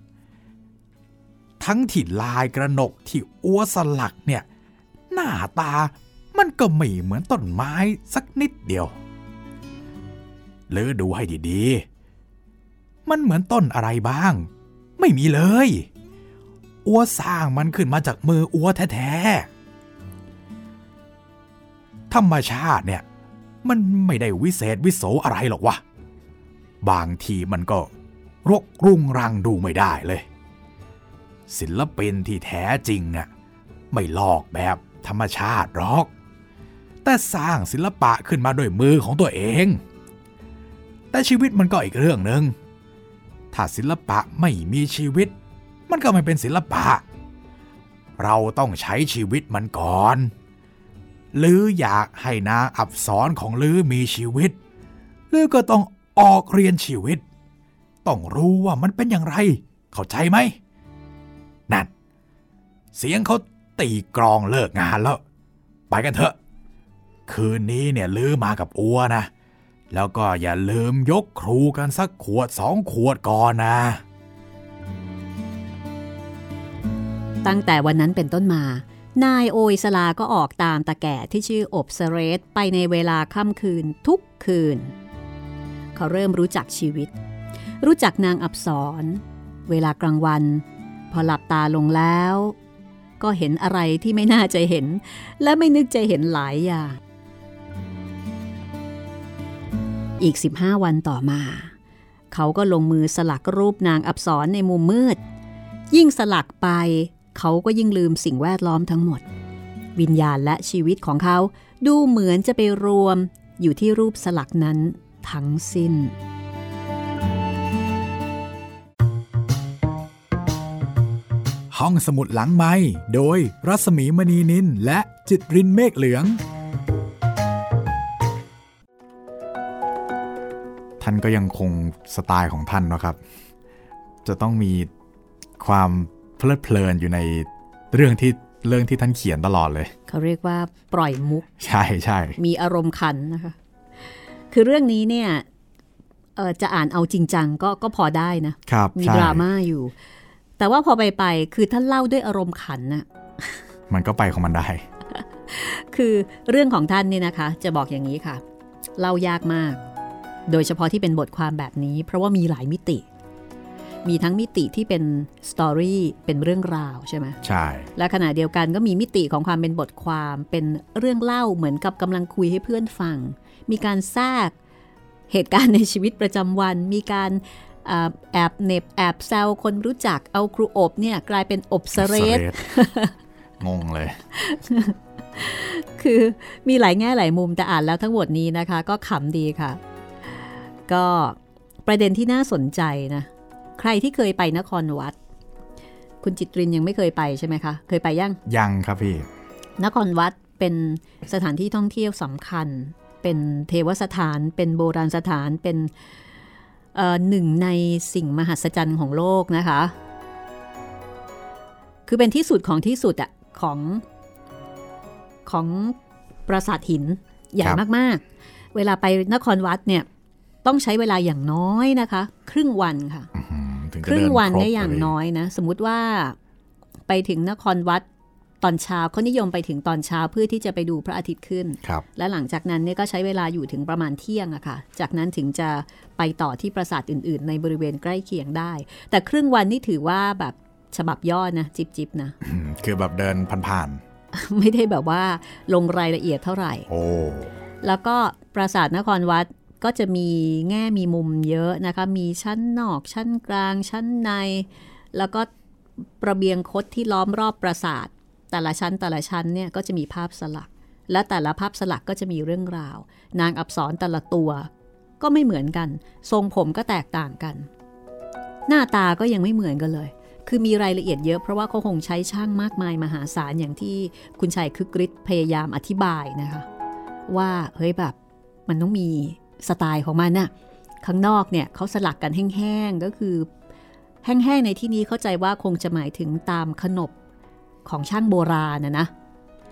[SPEAKER 1] ทั้งที่ลายกระหนกที่อัวสลักเนี่ยหน้าตามันก็ไม่เหมือนต้นไม้สักนิดเดียวหรือดูให้ดีๆมันเหมือนต้นอะไรบ้างไม่มีเลยอัวสร้างมันขึ้นมาจากมืออัวแท้ๆธรรมชาติเนี่ยมันไม่ได้วิเศษวิโสอะไรหรอกวะบางทีมันก็รกรุงรังดูไม่ได้เลยศิลปินที่แท้จริงอ่ะไม่ลอกแบบธรรมชาติหรอกแต่สร้างศิลปะขึ้นมาด้วยมือของตัวเองแต่ชีวิตมันก็อีกเรื่องนึงถ้าศิลปะไม่มีชีวิตมันก็ไม่เป็นศิลปะเราต้องใช้ชีวิตมันก่อนลืออยากให้นางอับสรของลือมีชีวิตลือก็ต้องออกเรียนชีวิตต้องรู้ว่ามันเป็นอย่างไรเข้าใจไหมนั่นเสียงเขาตีกลองเลิกงานแล้วไปกันเถอะคืนนี้เนี่ยลือมากับอัวนะแล้วก็อย่าลืมยกครูกันสักขวดสองขวดก่อนนะ
[SPEAKER 2] ตั้งแต่วันนั้นเป็นต้นมานายโอยสลาก็ออกตามตาแก่ที่ชื่ออบเสเรตไปในเวลาค่ำคืนทุกคืนเขาเริ่มรู้จักชีวิตรู้จักนางอับสรเวลากลางวันพอหลับตาลงแล้วก็เห็นอะไรที่ไม่น่าจะเห็นและไม่นึกจะเห็นหลายอย่างอีกสิบห้าวันต่อมาเขาก็ลงมือสลักรูปนางอับสรในมุมมืดยิ่งสลักไปเขาก็ยิ่งลืมสิ่งแวดล้อมทั้งหมดวิญญาณและชีวิตของเขาดูเหมือนจะไปรวมอยู่ที่รูปสลักนั้นทั้งสิ้น
[SPEAKER 1] ห้องสมุดหลังไมค์โดยรัศมีมณีนินและจิตรินเมฆเหลืองท่านก็ยังคงสไตล์ของท่านนะครับจะต้องมีความเพลิดเพลินอยู่ในเรื่องที่เรื่องที่ท่านเขียนตลอดเลย
[SPEAKER 2] เขาเรียกว่าปล่อยมุก
[SPEAKER 1] ใช่ใช่
[SPEAKER 2] มีอารมณ์ขันนะคะคือเรื่องนี้เนี่ยเอ่อจะอ่านเอาจริงจังก็ก็พอได้นะครับมีดราม่าอยู่แต่ว่าพอไปไปคือท่านเล่าด้วยอารมณ์ขันน่ะ
[SPEAKER 1] มันก็ไปของมันได้
[SPEAKER 2] คือเรื่องของท่านเนี่ยนะคะจะบอกอย่างนี้ค่ะเล่ายากมากโดยเฉพาะที่เป็นบทความแบบนี้เพราะว่ามีหลายมิติมีทั้งมิติที่เป็นสตอรี่เป็นเรื่องราวใช่ไหม
[SPEAKER 1] ใช่
[SPEAKER 2] และขณะเดียวกันก็มีมิติของความเป็นบทความเป็นเรื่องเล่าเหมือนกับกำลังคุยให้เพื่อนฟังมีการแทรกเหตุการณ์ในชีวิตประจำวันมีการแอบเน็บแอบแซวคนรู้จักเอาครูอบเนี่ยกลายเป็นอบเสเรต
[SPEAKER 1] งงเลย
[SPEAKER 2] คือมีหลายแง่หลายมุมแต่อ่านแล้วทั้งหมดนี้นะคะก็ขำดีค่ะก็ประเด็นที่น่าสนใจนะใครที่เคยไปนครวัดคุณจิตรินยังไม่เคยไปใช่ไหมคะเคยไปยัง
[SPEAKER 1] ยังครับพี่
[SPEAKER 2] นครวัดเป็นสถานที่ท่องเที่ยวสำคัญเป็นเทวสถานเป็นโบราณสถานเป็นหนึ่งในสิ่งมหัศจรรย์ของโลกนะคะคือเป็นที่สุดของที่สุดอะของของปราสาทหินใหญ่มากๆเวลาไปนครวัดเนี่ยต้องใช้เวลาอย่างน้อยนะคะครึ่งวันค่ะครึ่งวันเนี่ยอย่างน้อยนะสมมุติว่าไปถึงนครวัดตอนเช้าเขานิยมไปถึงตอนเช้าเพื่อที่จะไปดูพระอาทิตย์ขึ้นและหลังจากนั้นเนี่ยก็ใช้เวลาอยู่ถึงประมาณเที่ยงอะค่ะจากนั้นถึงจะไปต่อที่ปราสาทอื่นๆในบริเวณใกล้เคียงได้แต่ครึ่งวันนี่ถือว่าแบบฉบับย่อนะจิบๆนะ
[SPEAKER 1] คือแบบเดินผ่าน
[SPEAKER 2] ๆไม่ได้แบบว่าลงรายละเอียดเท่าไหร่
[SPEAKER 1] โอ้
[SPEAKER 2] แล้วก็ปราสาทนครวัดก็จะมีแง่มีมุมเยอะนะคะมีชั้นนอกชั้นกลางชั้นในแล้วก็ระเบียงคดที่ล้อมรอบปราสาทแต่ละชั้นแต่ละชั้นเนี่ยก็จะมีภาพสลักและแต่ละภาพสลักก็จะมีเรื่องราวนางอับสรแต่ละตัวก็ไม่เหมือนกันทรงผมก็แตกต่างกันหน้าตาก็ยังไม่เหมือนกันเลยคือมีรายละเอียดเยอะเพราะว่าเขาคงใช้ช่างมากมายมหาศาลอย่างที่คุณชัยคึกฤทธิ์พยายามอธิบายนะคะว่าเฮ้ยแบบมันต้องมีสไตล์ของมันน่ะข้างนอกเนี่ยเขาสลักกันแห้งๆก็คือแห้งๆในที่นี้เข้าใจว่าคงจะหมายถึงตามขนบของช่างโบราณนะนะแ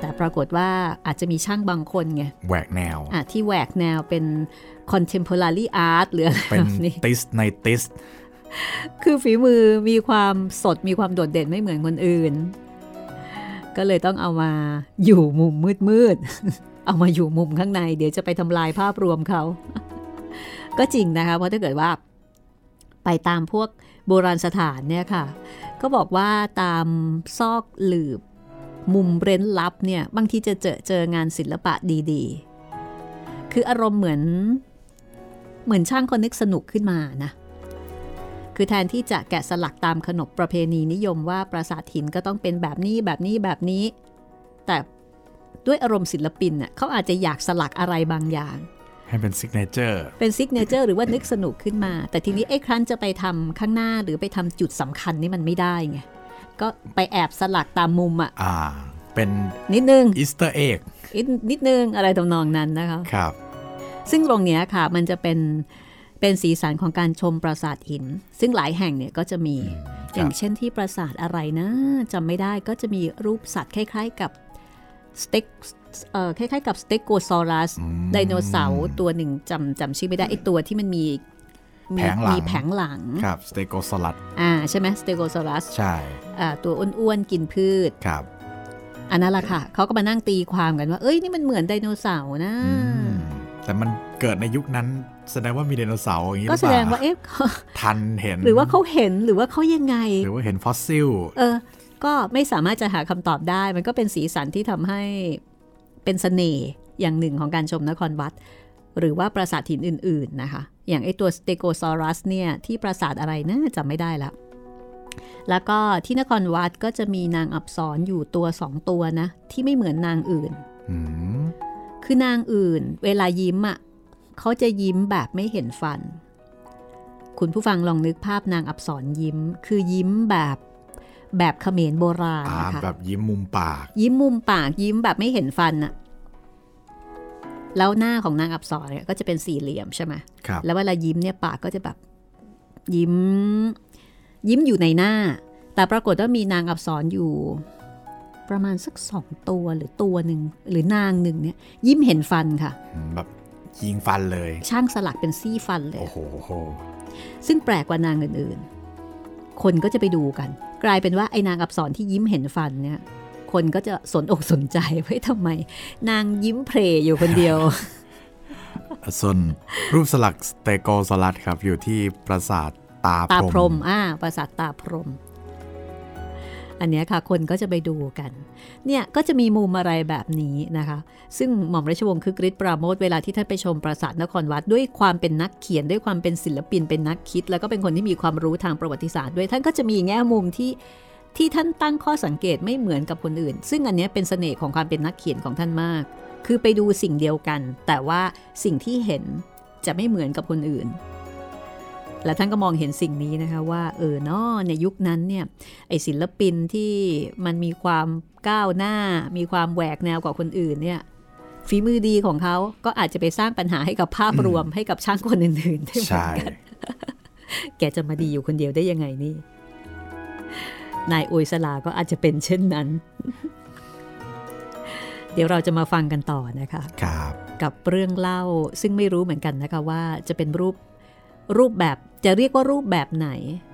[SPEAKER 2] แต่ปรากฏว่าอาจจะมีช่างบางคนไง
[SPEAKER 1] แหวกแนว
[SPEAKER 2] อ่ะที่แหวกแนวเป็น contemporary art หรืออะไรแบบนี้
[SPEAKER 1] เป็นติสในติส
[SPEAKER 2] คือฝีมือมีความสดมีความโดดเด่นไม่เหมือนคนอื่นก็เลยต้องเอามาอยู่มุมมืดๆเอามาอยู่มุมข้างในเดี๋ยวจะไปทำลายภาพรวมเขาก็จริงนะคะเพราะถ้าเกิดว่าไปตามพวกโบราณสถานเนี่ยค่ะก็บอกว่าตามซอกหลืบมุมเร้นลับเนี่ยบางทีจะเจอเจองานศิลปะดีๆคืออารมณ์เหมือนเหมือนช่างคนนึกสนุกขึ้นมานะคือแทนที่จะแกะสลักตามขนบประเพณีนิยมว่าปราสาทหินก็ต้องเป็นแบบนี้แบบนี้แบบนี้แต่ด้วยอารมณ์ศิลปินน่ะเขาอาจจะอยากสลักอะไรบางอย่าง
[SPEAKER 1] ให้เป็นซิกเนเจอร์
[SPEAKER 2] เป็นซิกเนเจอร์หรือว่านึกสนุกขึ้นมาแต่ทีนี้ไอ้ครั้นจะไปทำข้างหน้าหรือไปทำจุดสำคัญนี่มันไม่ได้ไงก็ไปแอบสลักตามมุมอ่ะ
[SPEAKER 1] อ่าเป็น
[SPEAKER 2] นิดนึง
[SPEAKER 1] อีสเตอร์เอ็ก
[SPEAKER 2] นิดนึงอะไรทำนองนั้นนะคะ
[SPEAKER 1] ครับ
[SPEAKER 2] ซึ่งตรงเนี้ยค่ะมันจะเป็นเป็นสีสันของการชมปราสาทหินซึ่งหลายแห่งเนี่ยก็จะมีอย่างเช่นที่ปราสาทอะไรนะจำไม่ได้ก็จะมีรูปสัตว์คล้ายๆกับสเต็กเอ่อคล้ายๆกับสเต็กโกซอรัสไดโนเสาร์ตัวหนึ่งจำจำชื่อไม่ได้ไอตัวที่มันมีมีแผงหลัง
[SPEAKER 1] ครับสเต็กโกซอรัส
[SPEAKER 2] อ่าใช่ไหมสเต็กโกซอรัส
[SPEAKER 1] ใช่
[SPEAKER 2] อ่าตัวอ้วนๆกินพืช
[SPEAKER 1] ครับ
[SPEAKER 2] อันนั้นแหละค่ะเขาก็มานั่งตีความกันว่าเอ้ยนี่มันเหมือนไดโนเสาร์นะ
[SPEAKER 1] แต่มันเกิดในยุคนั้นแสดงว่ามีไดโนเสาร์อย่างนี้หรือเปล่า
[SPEAKER 2] ก็แสดงว่าเอ๊ะ
[SPEAKER 1] ทันเห็น
[SPEAKER 2] หรือว่าเขาเห็นหรือว่าเขายังไง
[SPEAKER 1] หรือว่าเห็นฟอสซิล
[SPEAKER 2] เออก็ไม่สามารถจะหาคำตอบได้มันก็เป็นสีสันที่ทำให้เป็นเสน่ห์อย่างหนึ่งของการชมนครวัดหรือว่าปราสาทหินอื่นๆนะคะอย่างไอตัวสเตโกซอรัสเนี่ยที่ปราสาทอะไรนะจำไม่ได้ละแล้วก็ที่นครวัดก็จะมีนางอับสรอยู่ตัวสองตัวนะที่ไม่เหมือนนางอื่นคือนางอื่นเวลายิ้มอ่ะเขาจะยิ้มแบบไม่เห็นฟันคุณผู้ฟังลองนึกภาพนางอับสรยิ้มคือยิ้มแบบแบบเขมรโบราณนะคะ
[SPEAKER 1] แบบยิ้มมุมปาก
[SPEAKER 2] ยิ้มมุมปากยิ้มแบบไม่เห็นฟันน่ะแล้วหน้าของนางอับสรเนี่ยก็จะเป็นสี่เหลี่ยมใช่ไหม
[SPEAKER 1] ครับ
[SPEAKER 2] แล้วเวลายิ้มเนี่ยปากก็จะแบบยิ้มยิ้มอยู่ในหน้าแต่ปรากฏว่ามีนางอับสรอยู่ประมาณสักสองตัวหรือตัวหนึ่งหรือนางหนึ่งเนี่ยยิ้มเห็นฟันค่ะ
[SPEAKER 1] แบบยิงฟันเลย
[SPEAKER 2] ช่างสลักเป็นซี่ฟันเลย
[SPEAKER 1] โอ้โห
[SPEAKER 2] ซึ่งแปลกกว่านางอื่นๆคนก็จะไปดูกันกลายเป็นว่าไอ้นางอับสรที่ยิ้มเห็นฟันเนี่ยคนก็จะสนอกสนใจไว้ทำไมนางยิ้มเพลอยู่คนเดียว
[SPEAKER 1] ส่วนรูปสลักสเตโกซอรัสครับอยู่ที่ปราสาทตาพรม
[SPEAKER 2] ตาพรมอ่าปราสาทตาพรมอันนี้ค่ะคนก็จะไปดูกันเนี่ยก็จะมีมุมอะไรแบบนี้นะคะซึ่งหม่อมราชวงศ์คึกฤทธิ์ปราโมทย์เวลาที่ท่านไปชมปราสาทนครวัดด้วยความเป็นนักเขียนด้วยความเป็นศิลปินเป็นนักคิดแล้วก็เป็นคนที่มีความรู้ทางประวัติศาสตร์ด้วยท่านก็จะมีแง่มุมที่ที่ท่านตั้งข้อสังเกตไม่เหมือนกับคนอื่นซึ่งอันนี้เป็นเสน่ห์ของความเป็นนักเขียนของท่านมากคือไปดูสิ่งเดียวกันแต่ว่าสิ่งที่เห็นจะไม่เหมือนกับคนอื่นและท่านก็มองเห็นสิ่งนี้นะคะว่าเออเนาะในยุคนั้นเนี่ยไอศิลปินที่มันมีความก้าวหน้ามีความแหวกแนวกว่าคนอื่นเนี่ยฝีมือดีของเขาก็อาจจะไปสร้างปัญหาให้กับภาพรวมให้กับช่างคนอื่นๆได้เหมือนกันแกจะมาดีอยู่คนเดียวได้ยังไงนี่นายโอยสลาก็อาจจะเป็นเช่นนั้นเดี๋ยวเราจะมาฟังกันต่อนะคะ
[SPEAKER 1] ครับ
[SPEAKER 2] กับเรื่องเล่าซึ่งไม่รู้เหมือนกันนะคะว่าจะเป็นรูปรูปแบบจะเรียกว่ารูปแบบไหน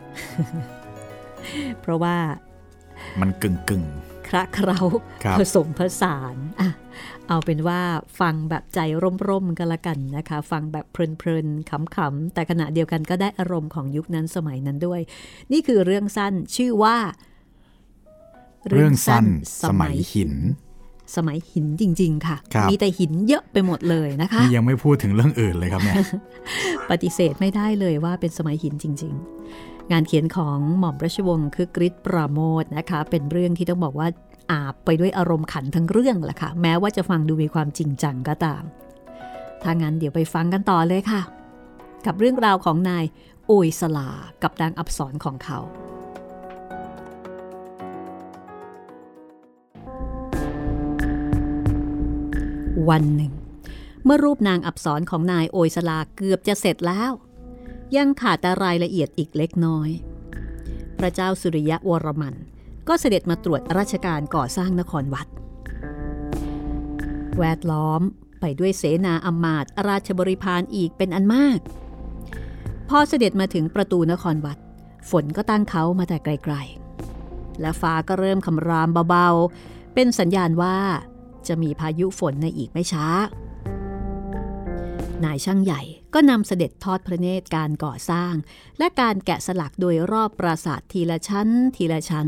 [SPEAKER 2] เพราะว่า
[SPEAKER 1] มันกึ่งกึ่ง
[SPEAKER 2] คระเคล้าผสมผสานอ่ะเอาเป็นว่าฟังแบบใจร่มๆกันละกันนะคะฟังแบบเพลินๆขำๆแต่ขณะเดียวกันก็ได้อารมณ์ของยุคนั้นสมัยนั้นด้วยนี่คือเรื่องสั้นชื่อว่า
[SPEAKER 1] เรื่องสั้นสมัยหิน
[SPEAKER 2] สมัยหินจริงๆค่ะมีแต่หินเยอะไปหมดเลยนะคะ
[SPEAKER 1] นี่ยังไม่พูดถึงเรื่องอื่นเลยครับเนี่ย
[SPEAKER 2] ปฏิเสธไม่ได้เลยว่าเป็นสมัยหินจริงๆงานเขียนของหม่อมราชวงศ์คึกฤทธิ์ปราโมทย์นะคะเป็นเรื่องที่ต้องบอกว่าอาบไปด้วยอารมณ์ขันทั้งเรื่องแหละค่ะแม้ว่าจะฟังดูมีความจริงจังก็ตามถ้างั้นเดี๋ยวไปฟังกันต่อเลยค่ะกับเรื่องราวของนายโอยสลากับนางอับสรของเขาวันหนึ่งเมื่อรูปนางอับสรของนายโอยสลาเกือบจะเสร็จแล้วยังขาดแต่รายละเอียดอีกเล็กน้อยพระเจ้าสุริยะวรมันก็เสด็จมาตรวจราชการก่อสร้างนครวัดแวดล้อมไปด้วยเสนาอำมาตย์ราชบริพารอีกเป็นอันมากพอเสด็จมาถึงประตูนครวัดฝนก็ตั้งเขามาแต่ไกลๆและฟ้าก็เริ่มคำรามเบาๆเป็นสัญญาณว่าจะมีพายุฝนในอีกไม่ช้านายช่างใหญ่ก็นำเสด็จทอดพระเนตรการก่อสร้างและการแกะสลักโดยรอบปราสาททีละชั้นทีละชั้น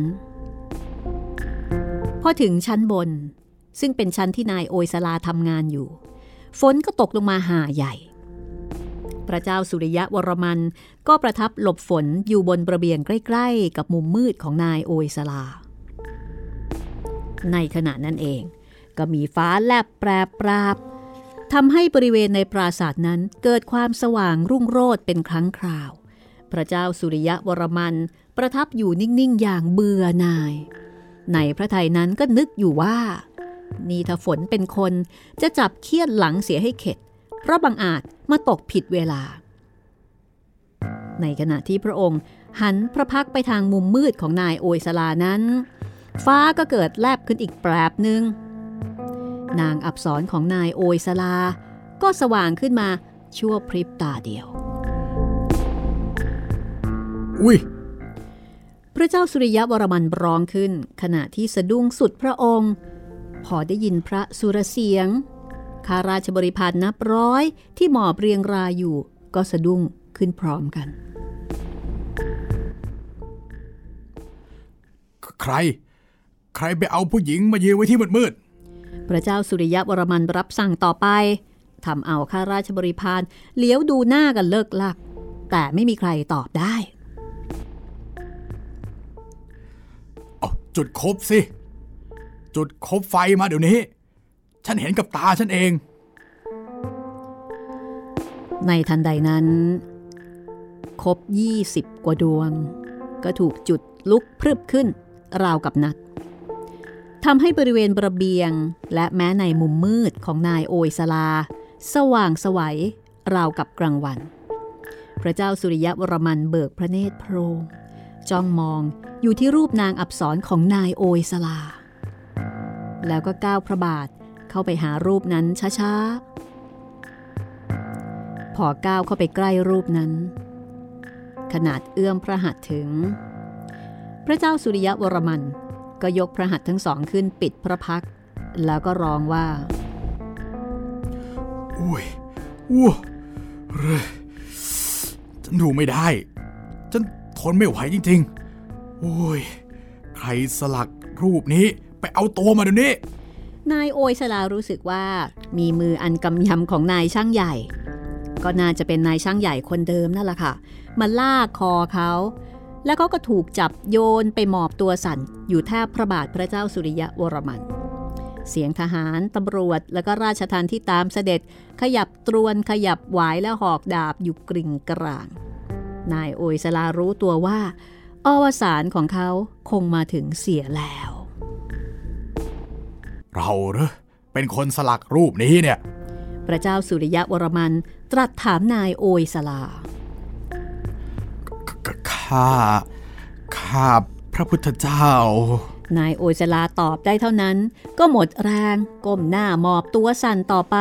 [SPEAKER 2] พอถึงชั้นบนซึ่งเป็นชั้นที่นายโอยสลาทำงานอยู่ฝนก็ตกลงมาห่าใหญ่พระเจ้าสุริยะวรมันก็ประทับหลบฝนอยู่บนระเบียงใกล้ๆกับมุมมืดของนายโอยสลาในขณะนั้นเองก็มีฟ้าแลบแปรปราบทำให้บริเวณในปราสาทนั้นเกิดความสว่างรุ่งโรจน์เป็นครั้งคราวพระเจ้าสุริยะวรมันประทับอยู่นิ่งๆอย่างเบื่อหน่ายในพระทัยนั้นก็นึกอยู่ว่านี่ถ้าฝนเป็นคนจะจับเคี่ยนหลังเสียให้เข็ดเพราะบังอาจมาตกผิดเวลาในขณะที่พระองค์หันพระพักไปทางมุมมืดของนายโอยสลานั้นฟ้าก็เกิดแลบขึ้นอีกแปรบหนึ่งนางอับสรของนายโอยสลาก็สว่างขึ้นมาชั่วพริบตาเดียว
[SPEAKER 1] อุ้ย
[SPEAKER 2] พระเจ้าสุริยะวรมันร้องขึ้นขณะที่สะดุ้งสุดพระองค์พอได้ยินพระสุรเสียงข้าราชบริพารนับร้อยที่หมอบเรียงรายอยู่ก็สะดุ้งขึ้นพร้อมกัน
[SPEAKER 1] ใครใครไปเอาผู้หญิงมายืนไว้ที่มืด
[SPEAKER 2] ๆพระเจ้าสุริยะวรมันรับสั่งต่อไปทำเอาข้าราชบริพารเลี้ยวดูหน้ากันเลิกลักแต่ไม่มีใครตอบได้
[SPEAKER 1] เอาจุดคบสิจุดคบไฟมาเดี๋ยวนี้ฉันเห็นกับตาฉันเอง
[SPEAKER 2] ในทันใดนั้นคบยี่สิบกว่าดวงก็ถูกจุดลุกพรึบขึ้นราวกับนัดทำให้บริเวณระเบียงและแม้ในมุมมืดของนายโอยสลาสว่างไสวราวกับกลางวันพระเจ้าสุริยะวรมันเบิกพระเนตรโพลงจ้องมองอยู่ที่รูปนางอับสรของนายโอยสลาแล้วก็ก้าวพระบาทเข้าไปหารูปนั้นช้าๆพอก้าวเข้าไปใกล้รูปนั้นขนาดเอื้อมพระหัตถ์ถึงพระเจ้าสุริยะวรมันก็ยกพระหัตถ์ทั้งสองขึ้นปิดพระพักตร์แล้วก็ร้องว่า
[SPEAKER 1] อุ้ยอู้เร่ฉันดูไม่ได้ฉันทนไม่ไหวจริงๆโอ้ยใครสลักรูปนี้ไปเอาตัวมาเดี๋ยวนี้
[SPEAKER 2] นายโอยสลารู้สึกว่ามีมืออันกำยำของนายช่างใหญ่ก็น่าจะเป็นนายช่างใหญ่คนเดิมนั่นแหละค่ะมาลากคอเขาแล้วเขาก็ถูกจับโยนไปหมอบตัวสั่นอยู่แทบพระบาทพระเจ้าสุริยะวรมันเสียงทหารตำรวจแล้วก็ราชทัณฑ์ที่ตามเสด็จขยับตรวนขยับหวายและหอกดาบอยู่กริ่งกร่างนายโอยสลารู้ตัวว่าอวสานของเขาคงมาถึงเสียแล้ว
[SPEAKER 1] เราเหรอเป็นคนสลักรูปนี้เนี่ย
[SPEAKER 2] พระเจ้าสุริยะวรมันตรัสถามนายโอยสลา
[SPEAKER 1] ข้าข้าพระพุทธเจ้าน
[SPEAKER 2] ายโอยสลาตอบได้เท่านั้นก็หมดแรงก้มหน้าหมอบตัวสั่นต่อไป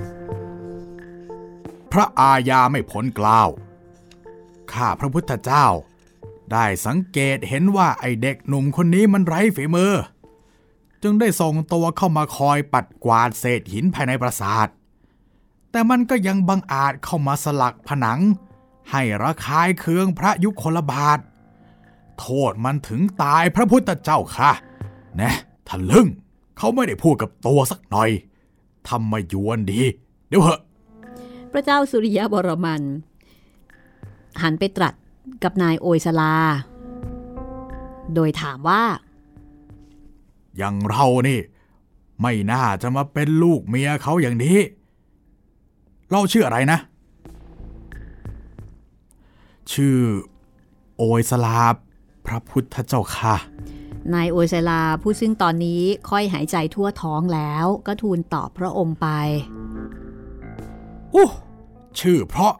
[SPEAKER 1] พระอาญาไม่พ้นเกล้าข้าพระพุทธเจ้าได้สังเกตเห็นว่าไอเด็กหนุ่มคนนี้มันไร้ฝีมือจึงได้ส่งตัวเข้ามาคอยปัดกวาดเศษหินภายในปราสาทแต่มันก็ยังบังอาจเข้ามาสลักผนังให้ระคายเคืองพระยุคลบาทโทษมันถึงตายพระพุทธเจ้าค่ะนะทะลึ่งเขาไม่ได้พูดกับตัวสักหน่อยทำมายวนดีเดี๋ยวเหอะ
[SPEAKER 2] พระเจ้าสุริยะวรมันหันไปตรัสกับนายโอยสลาโดยถามว่า
[SPEAKER 1] อย่างเรานี่ไม่น่าจะมาเป็นลูกเมียเขาอย่างนี้เราชื่ออะไรนะชื่อโอยสลาพระพุทธเจ้าค่ะ
[SPEAKER 2] นายโอยสลาผู้ซึ่งตอนนี้ค่อยหายใจทั่วท้องแล้วก็ทูลตอบพระองค์ไป
[SPEAKER 1] โอ้ชื่อเพราะ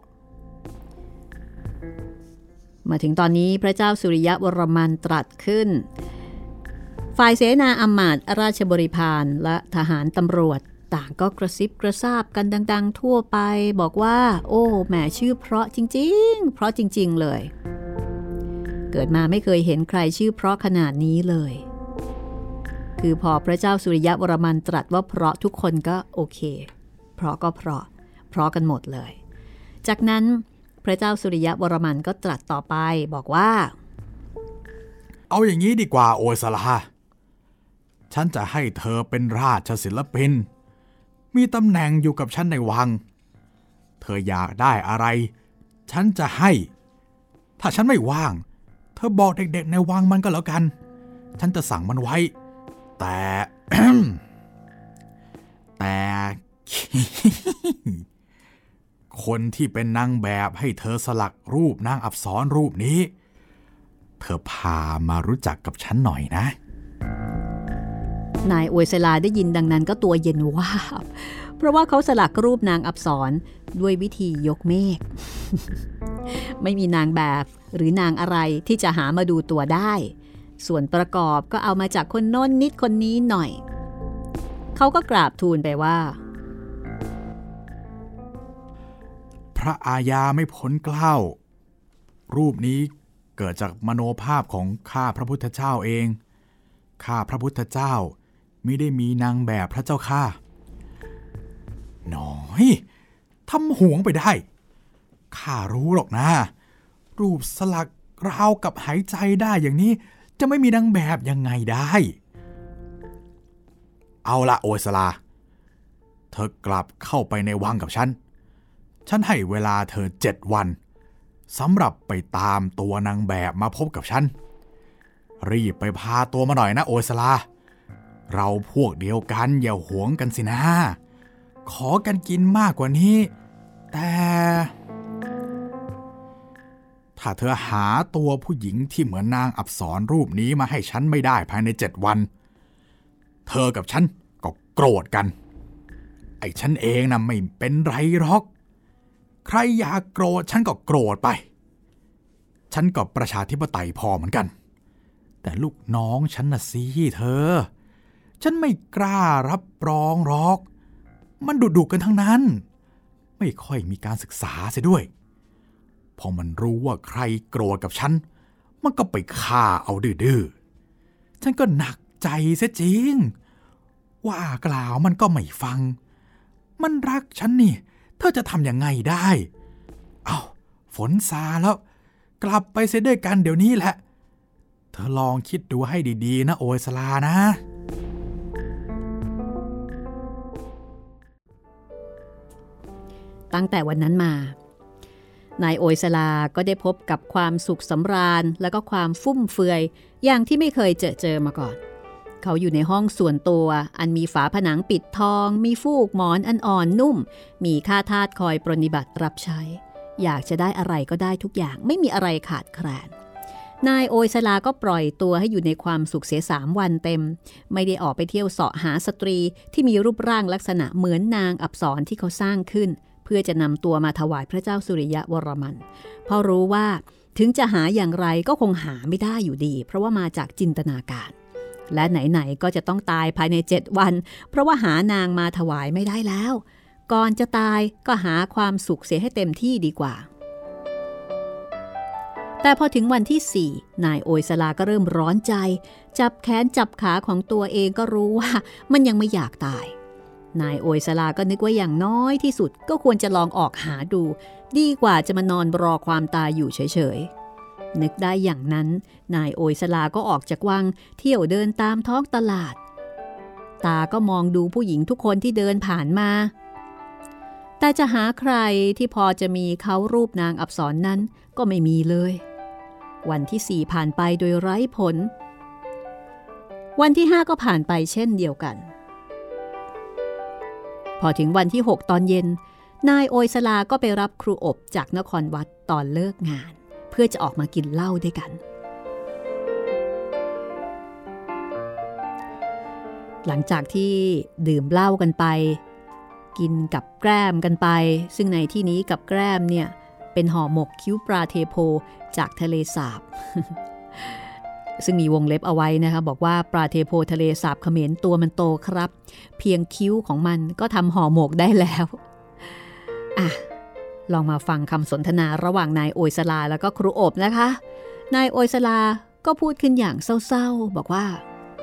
[SPEAKER 2] มาถึงตอนนี้พระเจ้าสุริยะวรมันตรัสขึ้นฝ่ายเสนาอำมาตย์ราชบริพารและทหารตำรวจต่างก็กระซิบกระซาบกันดังๆทั่วไปบอกว่าโอ้แหมชื่อเพราะจริงๆเพราะจริงๆเลยเกิดมาไม่เคยเห็นใครชื่อเพราะขนาดนี้เลยคือพอพระเจ้าสุริยะวรมันตรัสว่าเพราะทุกคนก็โอเคเพราะก็เพราะเพราะกันหมดเลยจากนั้นพระเจ้าสุริยะวรมันก็ตรัสต่อไปบอกว่า
[SPEAKER 1] เอาอย่างนี้ดีกว่าโอยสลาฉันจะให้เธอเป็นราชศิลปินมีตำแหน่งอยู่กับฉันในวังเธออยากได้อะไรฉันจะให้ถ้าฉันไม่ว่างเธอบอกเด็กๆในวังมันก็แล้วกันฉันจะสั่งมันไว้แต่ แต่ คนที่เป็นนางแบบให้เธอสลักรูปนางอักษรรูปนี้เธอพามารู้จักกับฉันหน่อยนะ
[SPEAKER 2] นายอวยสลาได้ยินดังนั้นก็ตัวเย็นวาบเพราะว่าเขาสลักรูปนางอักษรด้วยวิธียกเมฆ ไม่มีนางแบบหรือนางอะไรที่จะหามาดูตัวได้ส่วนประกอบก็เอามาจากคนโน้นนิดคนนี้หน่อยเขาก็กราบทูลไปว่า
[SPEAKER 1] พระอาญาไม่พ้นเกล้ารูปนี้เกิดจากมโนภาพของข้าพระพุทธเจ้าเองข้าพระพุทธเจ้ามิได้มีนางแบบพระเจ้าข้าน้อยทำห่วงไปได้ข้ารู้หรอกนะรูปสลักราวกับหายใจได้อย่างนี้จะไม่มีนางแบบยังไงได้เอาละโอสลาเธอกลับเข้าไปในวังกับฉันฉันให้เวลาเธอเจ็ดวันสำหรับไปตามตัวนางแบบมาพบกับฉันรีบไปพาตัวมาหน่อยนะโอสลาเราพวกเดียวกันอย่าหวงกันสินะขอกันกินมากกว่านี้แต่ถ้าเธอหาตัวผู้หญิงที่เหมือนนางอักษรรูปนี้มาให้ฉันไม่ได้ภายในเจ็ดวันเธอกับฉันก็โกรธกันไอ้ฉันเองนะไม่เป็นไรหรอกใครอยากโกรธฉันก็โกรธไปฉันก็ประชาธิปไตยพอเหมือนกันแต่ลูกน้องฉันน่ะสิเธอฉันไม่กล้ารับรองหรอกมันดุๆกันทั้งนั้นไม่ค่อยมีการศึกษาเสียด้วยพอมันรู้ว่าใครโกรธกับฉันมันก็ไปฆ่าเอาดื้อๆฉันก็หนักใจเสียจริงว่ากล่าวมันก็ไม่ฟังมันรักฉันนี่เธอจะทำยังไงได้เอ้าฝนซาแล้วกลับไปเสียด้วยกันเดี๋ยวนี้แหละเธอลองคิดดูให้ดีๆนะโอยสลานะ
[SPEAKER 2] ตั้งแต่วันนั้นมานายโอยสลาก็ได้พบกับความสุขสำราญและก็ความฟุ่มเฟือยอย่างที่ไม่เคยเจอเจอมาก่อนเขาอยู่ในห้องส่วนตัวอันมีฝาผนังปิดทองมีฟูกหมอนอันอ่อนนุ่มมีข้าทาสคอยปรนนิบัติรับใช้อยากจะได้อะไรก็ได้ทุกอย่างไม่มีอะไรขาดแคลนนายโอยสลาก็ปล่อยตัวให้อยู่ในความสุขเสียสามวันเต็มไม่ได้ออกไปเที่ยวเสาะหาสตรีที่มีรูปร่างลักษณะเหมือนนางอัปสรที่เขาสร้างขึ้นเพื่อจะนำตัวมาถวายพระเจ้าสุริยะวรมันเพราะรู้ว่าถึงจะหาอย่างไรก็คงหาไม่ได้อยู่ดีเพราะว่ามาจากจินตนาการและไหนๆก็จะต้องตายภายในเจ็ดวันเพราะว่าหานางมาถวายไม่ได้แล้วก่อนจะตายก็หาความสุขเสียให้เต็มที่ดีกว่าแต่พอถึงวันที่สี่นายโอยสลาก็เริ่มร้อนใจจับแขนจับขาของตัวเองก็รู้ว่ามันยังไม่อยากตายนายโอยสลาก็นึกว่าอย่างน้อยที่สุดก็ควรจะลองออกหาดูดีกว่าจะมานอนรอความตายอยู่เฉยๆนึกได้อย่างนั้นนายโอยสลาก็ออกจากวังเที่ยวเดินตามท้องตลาดตาก็มองดูผู้หญิงทุกคนที่เดินผ่านมาแต่จะหาใครที่พอจะมีเขารูปนางอัปสรนั้นก็ไม่มีเลยวันที่สี่ผ่านไปโดยไร้ผลวันที่ห้าก็ผ่านไปเช่นเดียวกันพอถึงวันที่หกตอนเย็นนายโอยสลาก็ไปรับครูอบจากนครวัดตอนเลิกงานเพื่อจะออกมากินเหล้าด้วยกันหลังจากที่ดื่มเหล้ากันไปกินกับแกล้มกันไปซึ่งในที่นี้กับแกล้มเนี่ยเป็นห่อหมกคิ้วปลาเทโพจากทะเลสาบซึ่งมีวงเล็บเอาไว้นะคะบอกว่าปลาเทโพทะเลสาบเขมรตัวมันโตครับเพียงคิ้วของมันก็ทำห่อหมกได้แล้วอ่ะลองมาฟังคำสนทนาระหว่างนายโอยสลาแล้วก็ครูอบนะคะนายโอยสลาก็พูดขึ้นอย่างเศร้าๆบอกว่า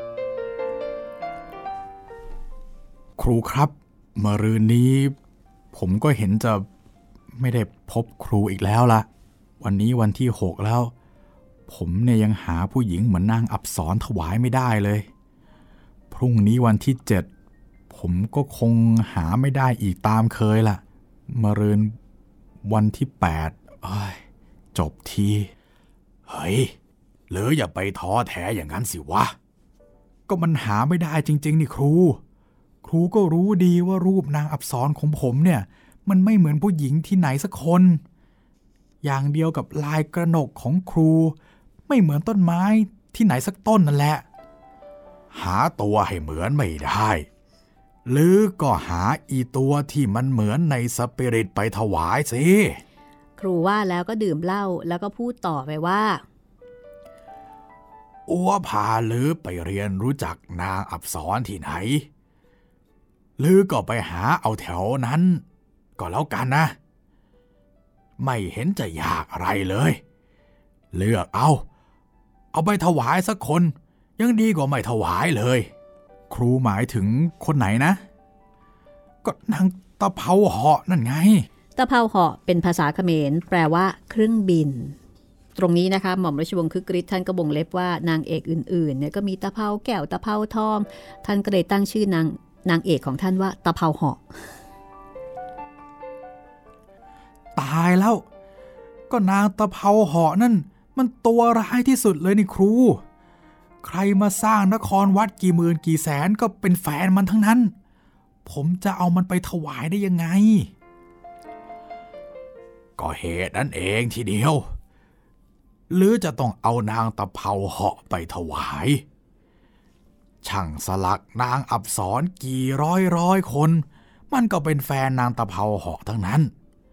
[SPEAKER 1] ครูครับมะรืนนี้ผมก็เห็นจะไม่ได้พบครูอีกแล้วล่ะวันนี้วันที่หกแล้วผมเนี่ยยังหาผู้หญิงเหมือนนางอับสรถวายไม่ได้เลยพรุ่งนี้วันที่เจ็ดผมก็คงหาไม่ได้อีกตามเคยล่ะมะรืนวันที่แปดเอ้ยจบทีเฮ้ยเหลืออย่าไปท้อแท้อย่างนั้นสิวะก็มันหาไม่ได้จริงๆนี่ครูครูก็รู้ดีว่ารูปนางอับสรของผมเนี่ยมันไม่เหมือนผู้หญิงที่ไหนสักคนอย่างเดียวกับลายกระหนกของครูไม่เหมือนต้นไม้ที่ไหนสักต้นนั่นแหละหาตัวให้เหมือนไม่ได้หรือก็หาอีตัวที่มันเหมือนในสปิริตไปถวายสิ
[SPEAKER 2] ครูว่าแล้วก็ดื่มเหล้าแล้วก็พูดต่อไปว่า
[SPEAKER 1] อัวพาลือไปเรียนรู้จักนางอับสรที่ไหนลือก็ไปหาเอาแถวนั้นก็แล้วกันนะไม่เห็นจะยากอะไรเลยเลือกเอาเอาไปถวายสักคนยังดีกว่าไม่ถวายเลยครูหมายถึงคนไหนนะก็นางตะเภาเหาะนั่นไง
[SPEAKER 2] ตะเภาเหาะเป็นภาษาเขมรแปลว่าเครื่องบินตรงนี้นะคะหม่อมราชวงศ์คึกฤทธิ์ท่านก็บ่งเล็บว่านางเอกอื่นๆเนี่ยก็มีตะเภาแก้วตะเภาทองท่านก็เลยตั้งชื่อนางนางเอกของท่านว่าตะเภาเหาะ
[SPEAKER 1] ตายแล้วก็นางตะเภาเหาะนั่นมันตัวร้ายที่สุดเลยนี่ครูใครมาสร้างนครวัดกี่หมื่นกี่แสนก็เป็นแฟนมันทั้งนั้นผมจะเอามันไปถวายได้ยังไงก็เหตุนั้นเองทีเดียวหรือจะต้องเอานางตะเภาเหาะไปถวายช่างสลักนางอับสรกี่ร้อยร้อยคนมันก็เป็นแฟนนางตะเภาเหาะทั้งนั้น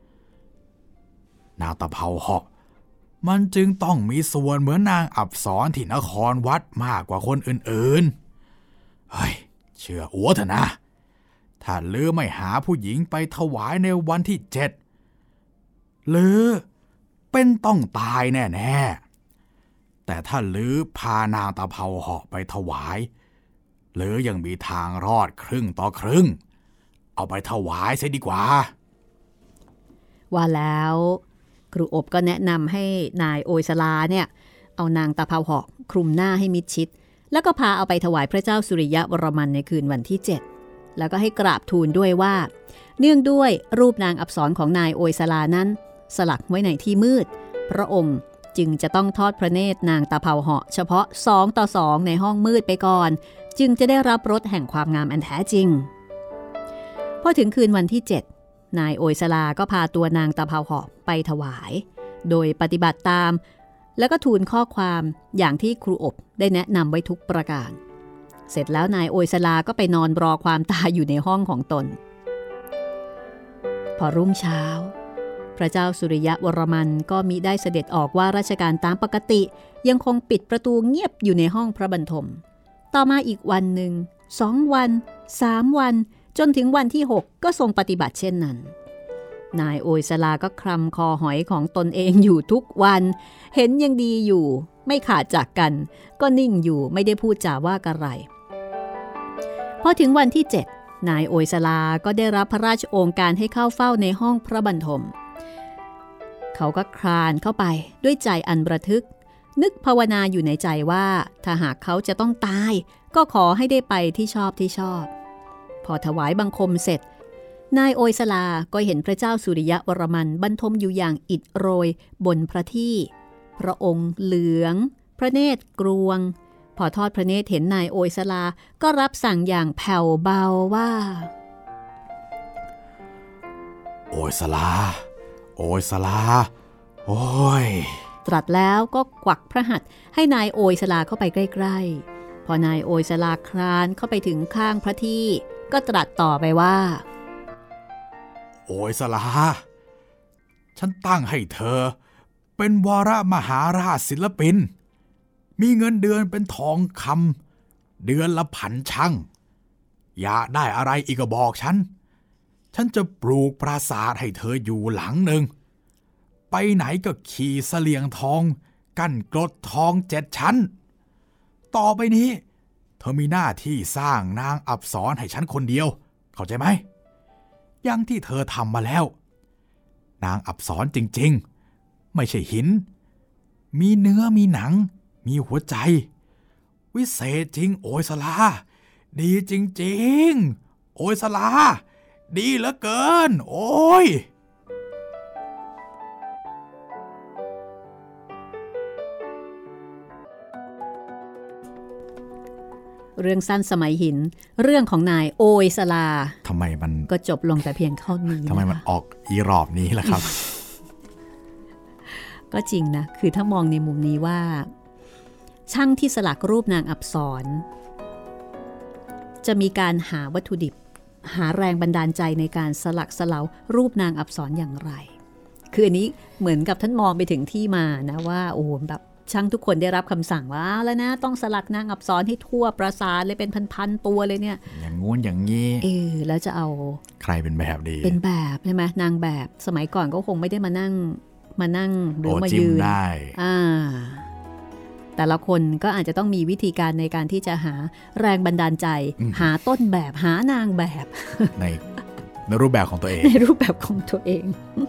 [SPEAKER 1] นางตะเภาเหาะมันจึงต้องมีส่วนเหมือนนางอับสรที่นครวัดมากกว่าคนอื่นๆเฮ้ยเชื่ออัวเถอะนะถ้าลือไม่หาผู้หญิงไปถวายในวันที่เจ็ดลือเป็นต้องตายแน่ๆแต่ถ้าลือพานางตะเภาเหาะไปถวายลือยังมีทางรอดครึ่งต่อครึ่งเอาไปถวายเสียดีกว่า
[SPEAKER 2] ว่าแล้วครูอบก็แนะนำให้นายโอยสลาเนี่ยเอานางตะเภาเหาะคลุมหน้าให้มิดชิดแล้วก็พาเอาไปถวายพระเจ้าสุริยะวรมันในคืนวันที่เจ็ดแล้วก็ให้กราบทูลด้วยว่าเนื่องด้วยรูปนางอับสรของนายโอยสลานั้นสลักไว้ในที่มืดพระองค์จึงจะต้องทอดพระเนตรนางตะเภาเหาะเฉพาะสองต่อสองในห้องมืดไปก่อนจึงจะได้รับรสแห่งความงามอันแท้จริงพอถึงคืนวันที่เจ็ดนายโอยสลาก็พาตัวนางตะเภาเหาะไปถวายโดยปฏิบัติตามแล้วก็ทูลข้อความอย่างที่ครูอบได้แนะนำไว้ทุกประการเสร็จแล้วนายโอยสลาก็ไปนอนรอความตายอยู่ในห้องของตนพอรุ่งเช้าพระเจ้าสุริยะวรมันก็มิได้เสด็จออกว่าราชการตามปกติยังคงปิดประตูเงียบอยู่ในห้องพระบรรทมต่อมาอีกวันหนึ่งสองวันสามวันจนถึงวันที่หกก็ทรงปฏิบัติเช่นนั้นนายโอยสลาก็คลำคอหอยของตนเองอยู่ทุกวันเห็นยังดีอยู่ไม่ขาดจากกันก็นิ่งอยู่ไม่ได้พูดจาว่าอะไรพอถึงวันที่เจ็ดนายโอยสลาก็ได้รับพระราชโองการให้เข้าเฝ้าในห้องพระบรรทมเขาก็คลานเข้าไปด้วยใจอันระทึกนึกภาวนาอยู่ในใจว่าถ้าหากเขาจะต้องตายก็ขอให้ได้ไปที่ชอบที่ชอบพอถวายบังคมเสร็จนายโอยสลาก็เห็นพระเจ้าสุริยะวรมันบรรทมอยู่อย่างอิดโรยบนพระที่พระองค์เหลืองพระเนตรกรวงพอทอดพระเนตรเห็นนายโอยสลาก็รับสั่งอย่างแผ่วเบาว่า
[SPEAKER 1] โอยสลาโอยสลาโอ้ย
[SPEAKER 2] ตรัสแล้วก็กวักพระหัตถ์ให้นายโอยสลาเข้าไปใกล้ๆพอนายโอยสลาคลานเข้าไปถึงข้างพระที่ก็ตรัสต่อไปว่า
[SPEAKER 1] โอยสลาฉันตั้งให้เธอเป็นวรมหาราชศิลปินมีเงินเดือนเป็นทองคำเดือนละพันชั่งอยากได้อะไรอีกก็บอกฉันฉันจะปลูกปราสาทให้เธออยู่หลังหนึ่งไปไหนก็ขี่เสลียงทองกั้นกรดทองเจ็ดชั้นต่อไปนี้เธอมีหน้าที่สร้างนางอับสรให้ฉันคนเดียวเข้าใจไหมอย่างที่เธอทำมาแล้วนางอับสรจริงๆไม่ใช่หินมีเนื้อมีหนังมีหัวใจวิเศษจริงโอยสลาดีจริงๆโอยสลาดีเหลือเกินโอ้ย
[SPEAKER 2] เรื่องสั้นสมัยหินเรื่องของนายโอยสลา
[SPEAKER 1] ทำไมมัน
[SPEAKER 2] ก็จบลงแต่เพียงเท่านี้
[SPEAKER 1] ทำไมมันออกอีรอบนี้ล่ะครับ
[SPEAKER 2] ก็จริงนะคือถ้ามองในมุมนี้ว่าช่างที่สลักรูปนางอับสรจะมีการหาวัตถุดิบหาแรงบันดาลใจในการสลักสลารูปนางอับสรอย่างไรคืออันนี้เหมือนกับท่านมองไปถึงที่มานะว่าโอ้โหแบบช่างทุกคนได้รับคำสั่งว่าแล้วนะต้องสลักนางอับสรให้ทั่วปราสาทเลยเป็นพันๆตัวเลยเนี่ย
[SPEAKER 1] อย่างงู้นอย่างงี้
[SPEAKER 2] เออแล้วจะเอา
[SPEAKER 1] ใครเป็นแบบดี
[SPEAKER 2] เป็นแบบใช่ไหมนางแบบสมัยก่อนก็คงไม่ได้มานั่งมานั่งหรือมายืน
[SPEAKER 1] ได้
[SPEAKER 2] อ่าแต่ละคนก็อาจจะต้องมีวิธีการในการที่จะหาแรงบันดาลใจหาต้นแบบหานางแบบ
[SPEAKER 1] ในในรูปแบบของตัวเอง
[SPEAKER 2] ในรูปแบบของตัวเอง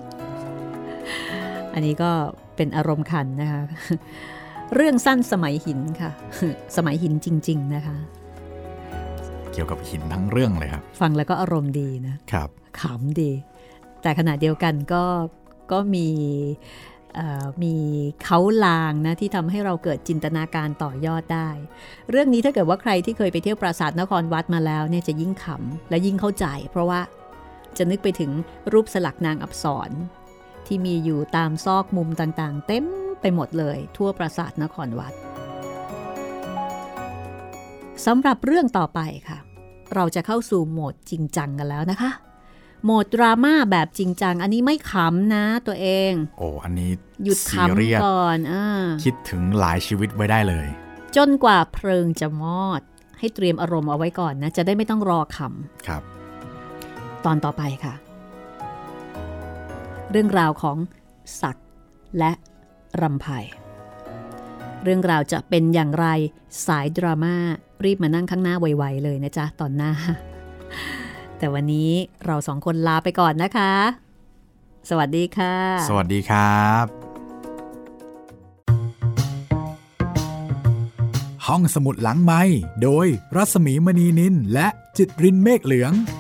[SPEAKER 2] อันนี้ก็เป็นอารมณ์ขันนะคะเรื่องสั้นสมัยหินค่ะสมัยหินจริงๆนะคะ
[SPEAKER 1] เกี่ยวกับหินทั้งเรื่องเลยครับ
[SPEAKER 2] ฟังแล้วก็อารมณ์ดีนะครับขำดีแต่ขณะเดียวกันก็ก็มีมีเขาลางนะที่ทำให้เราเกิดจินตนาการต่อยอดได้เรื่องนี้ถ้าเกิดว่าใครที่เคยไปเที่ยวปราสาทนครวัดมาแล้วเนี่ยจะยิ่งขำและยิ่งเข้าใจเพราะว่าจะนึกไปถึงรูปสลักนางอับสรที่มีอยู่ตามซอกมุมต่างๆเต็มไปหมดเลยทั่วปราสาทนครวัดสำหรับเรื่องต่อไปค่ะเราจะเข้าสู่โหมดจริงจังกันแล้วนะคะโหมดดราม่าแบบจริงจังอันนี้ไม่ขำนะตัวเอง
[SPEAKER 1] โอ้อันนี้
[SPEAKER 2] หยุดขำก่อนอ่า
[SPEAKER 1] คิดถึงหลายชีวิตไว้ได้เลย
[SPEAKER 2] จนกว่าเพลิงจะมอดให้เตรียมอารมณ์เอาไว้ก่อนนะจะได้ไม่ต้องรอข
[SPEAKER 1] ำครับ
[SPEAKER 2] ตอนต่อไปค่ะเรื่องราวของศักดิ์และรำไพเรื่องราวจะเป็นอย่างไรสายดราม่ารีบมานั่งข้างหน้าไวๆเลยนะจ๊ะตอนหน้าแต่วันนี้เราสองคนลาไปก่อนนะคะสวัสดีค่ะ
[SPEAKER 1] สวัสดีครับห้องสมุดหลังไมค์โดยรัศมีมณีนินและจิตรินเมฆเหลือง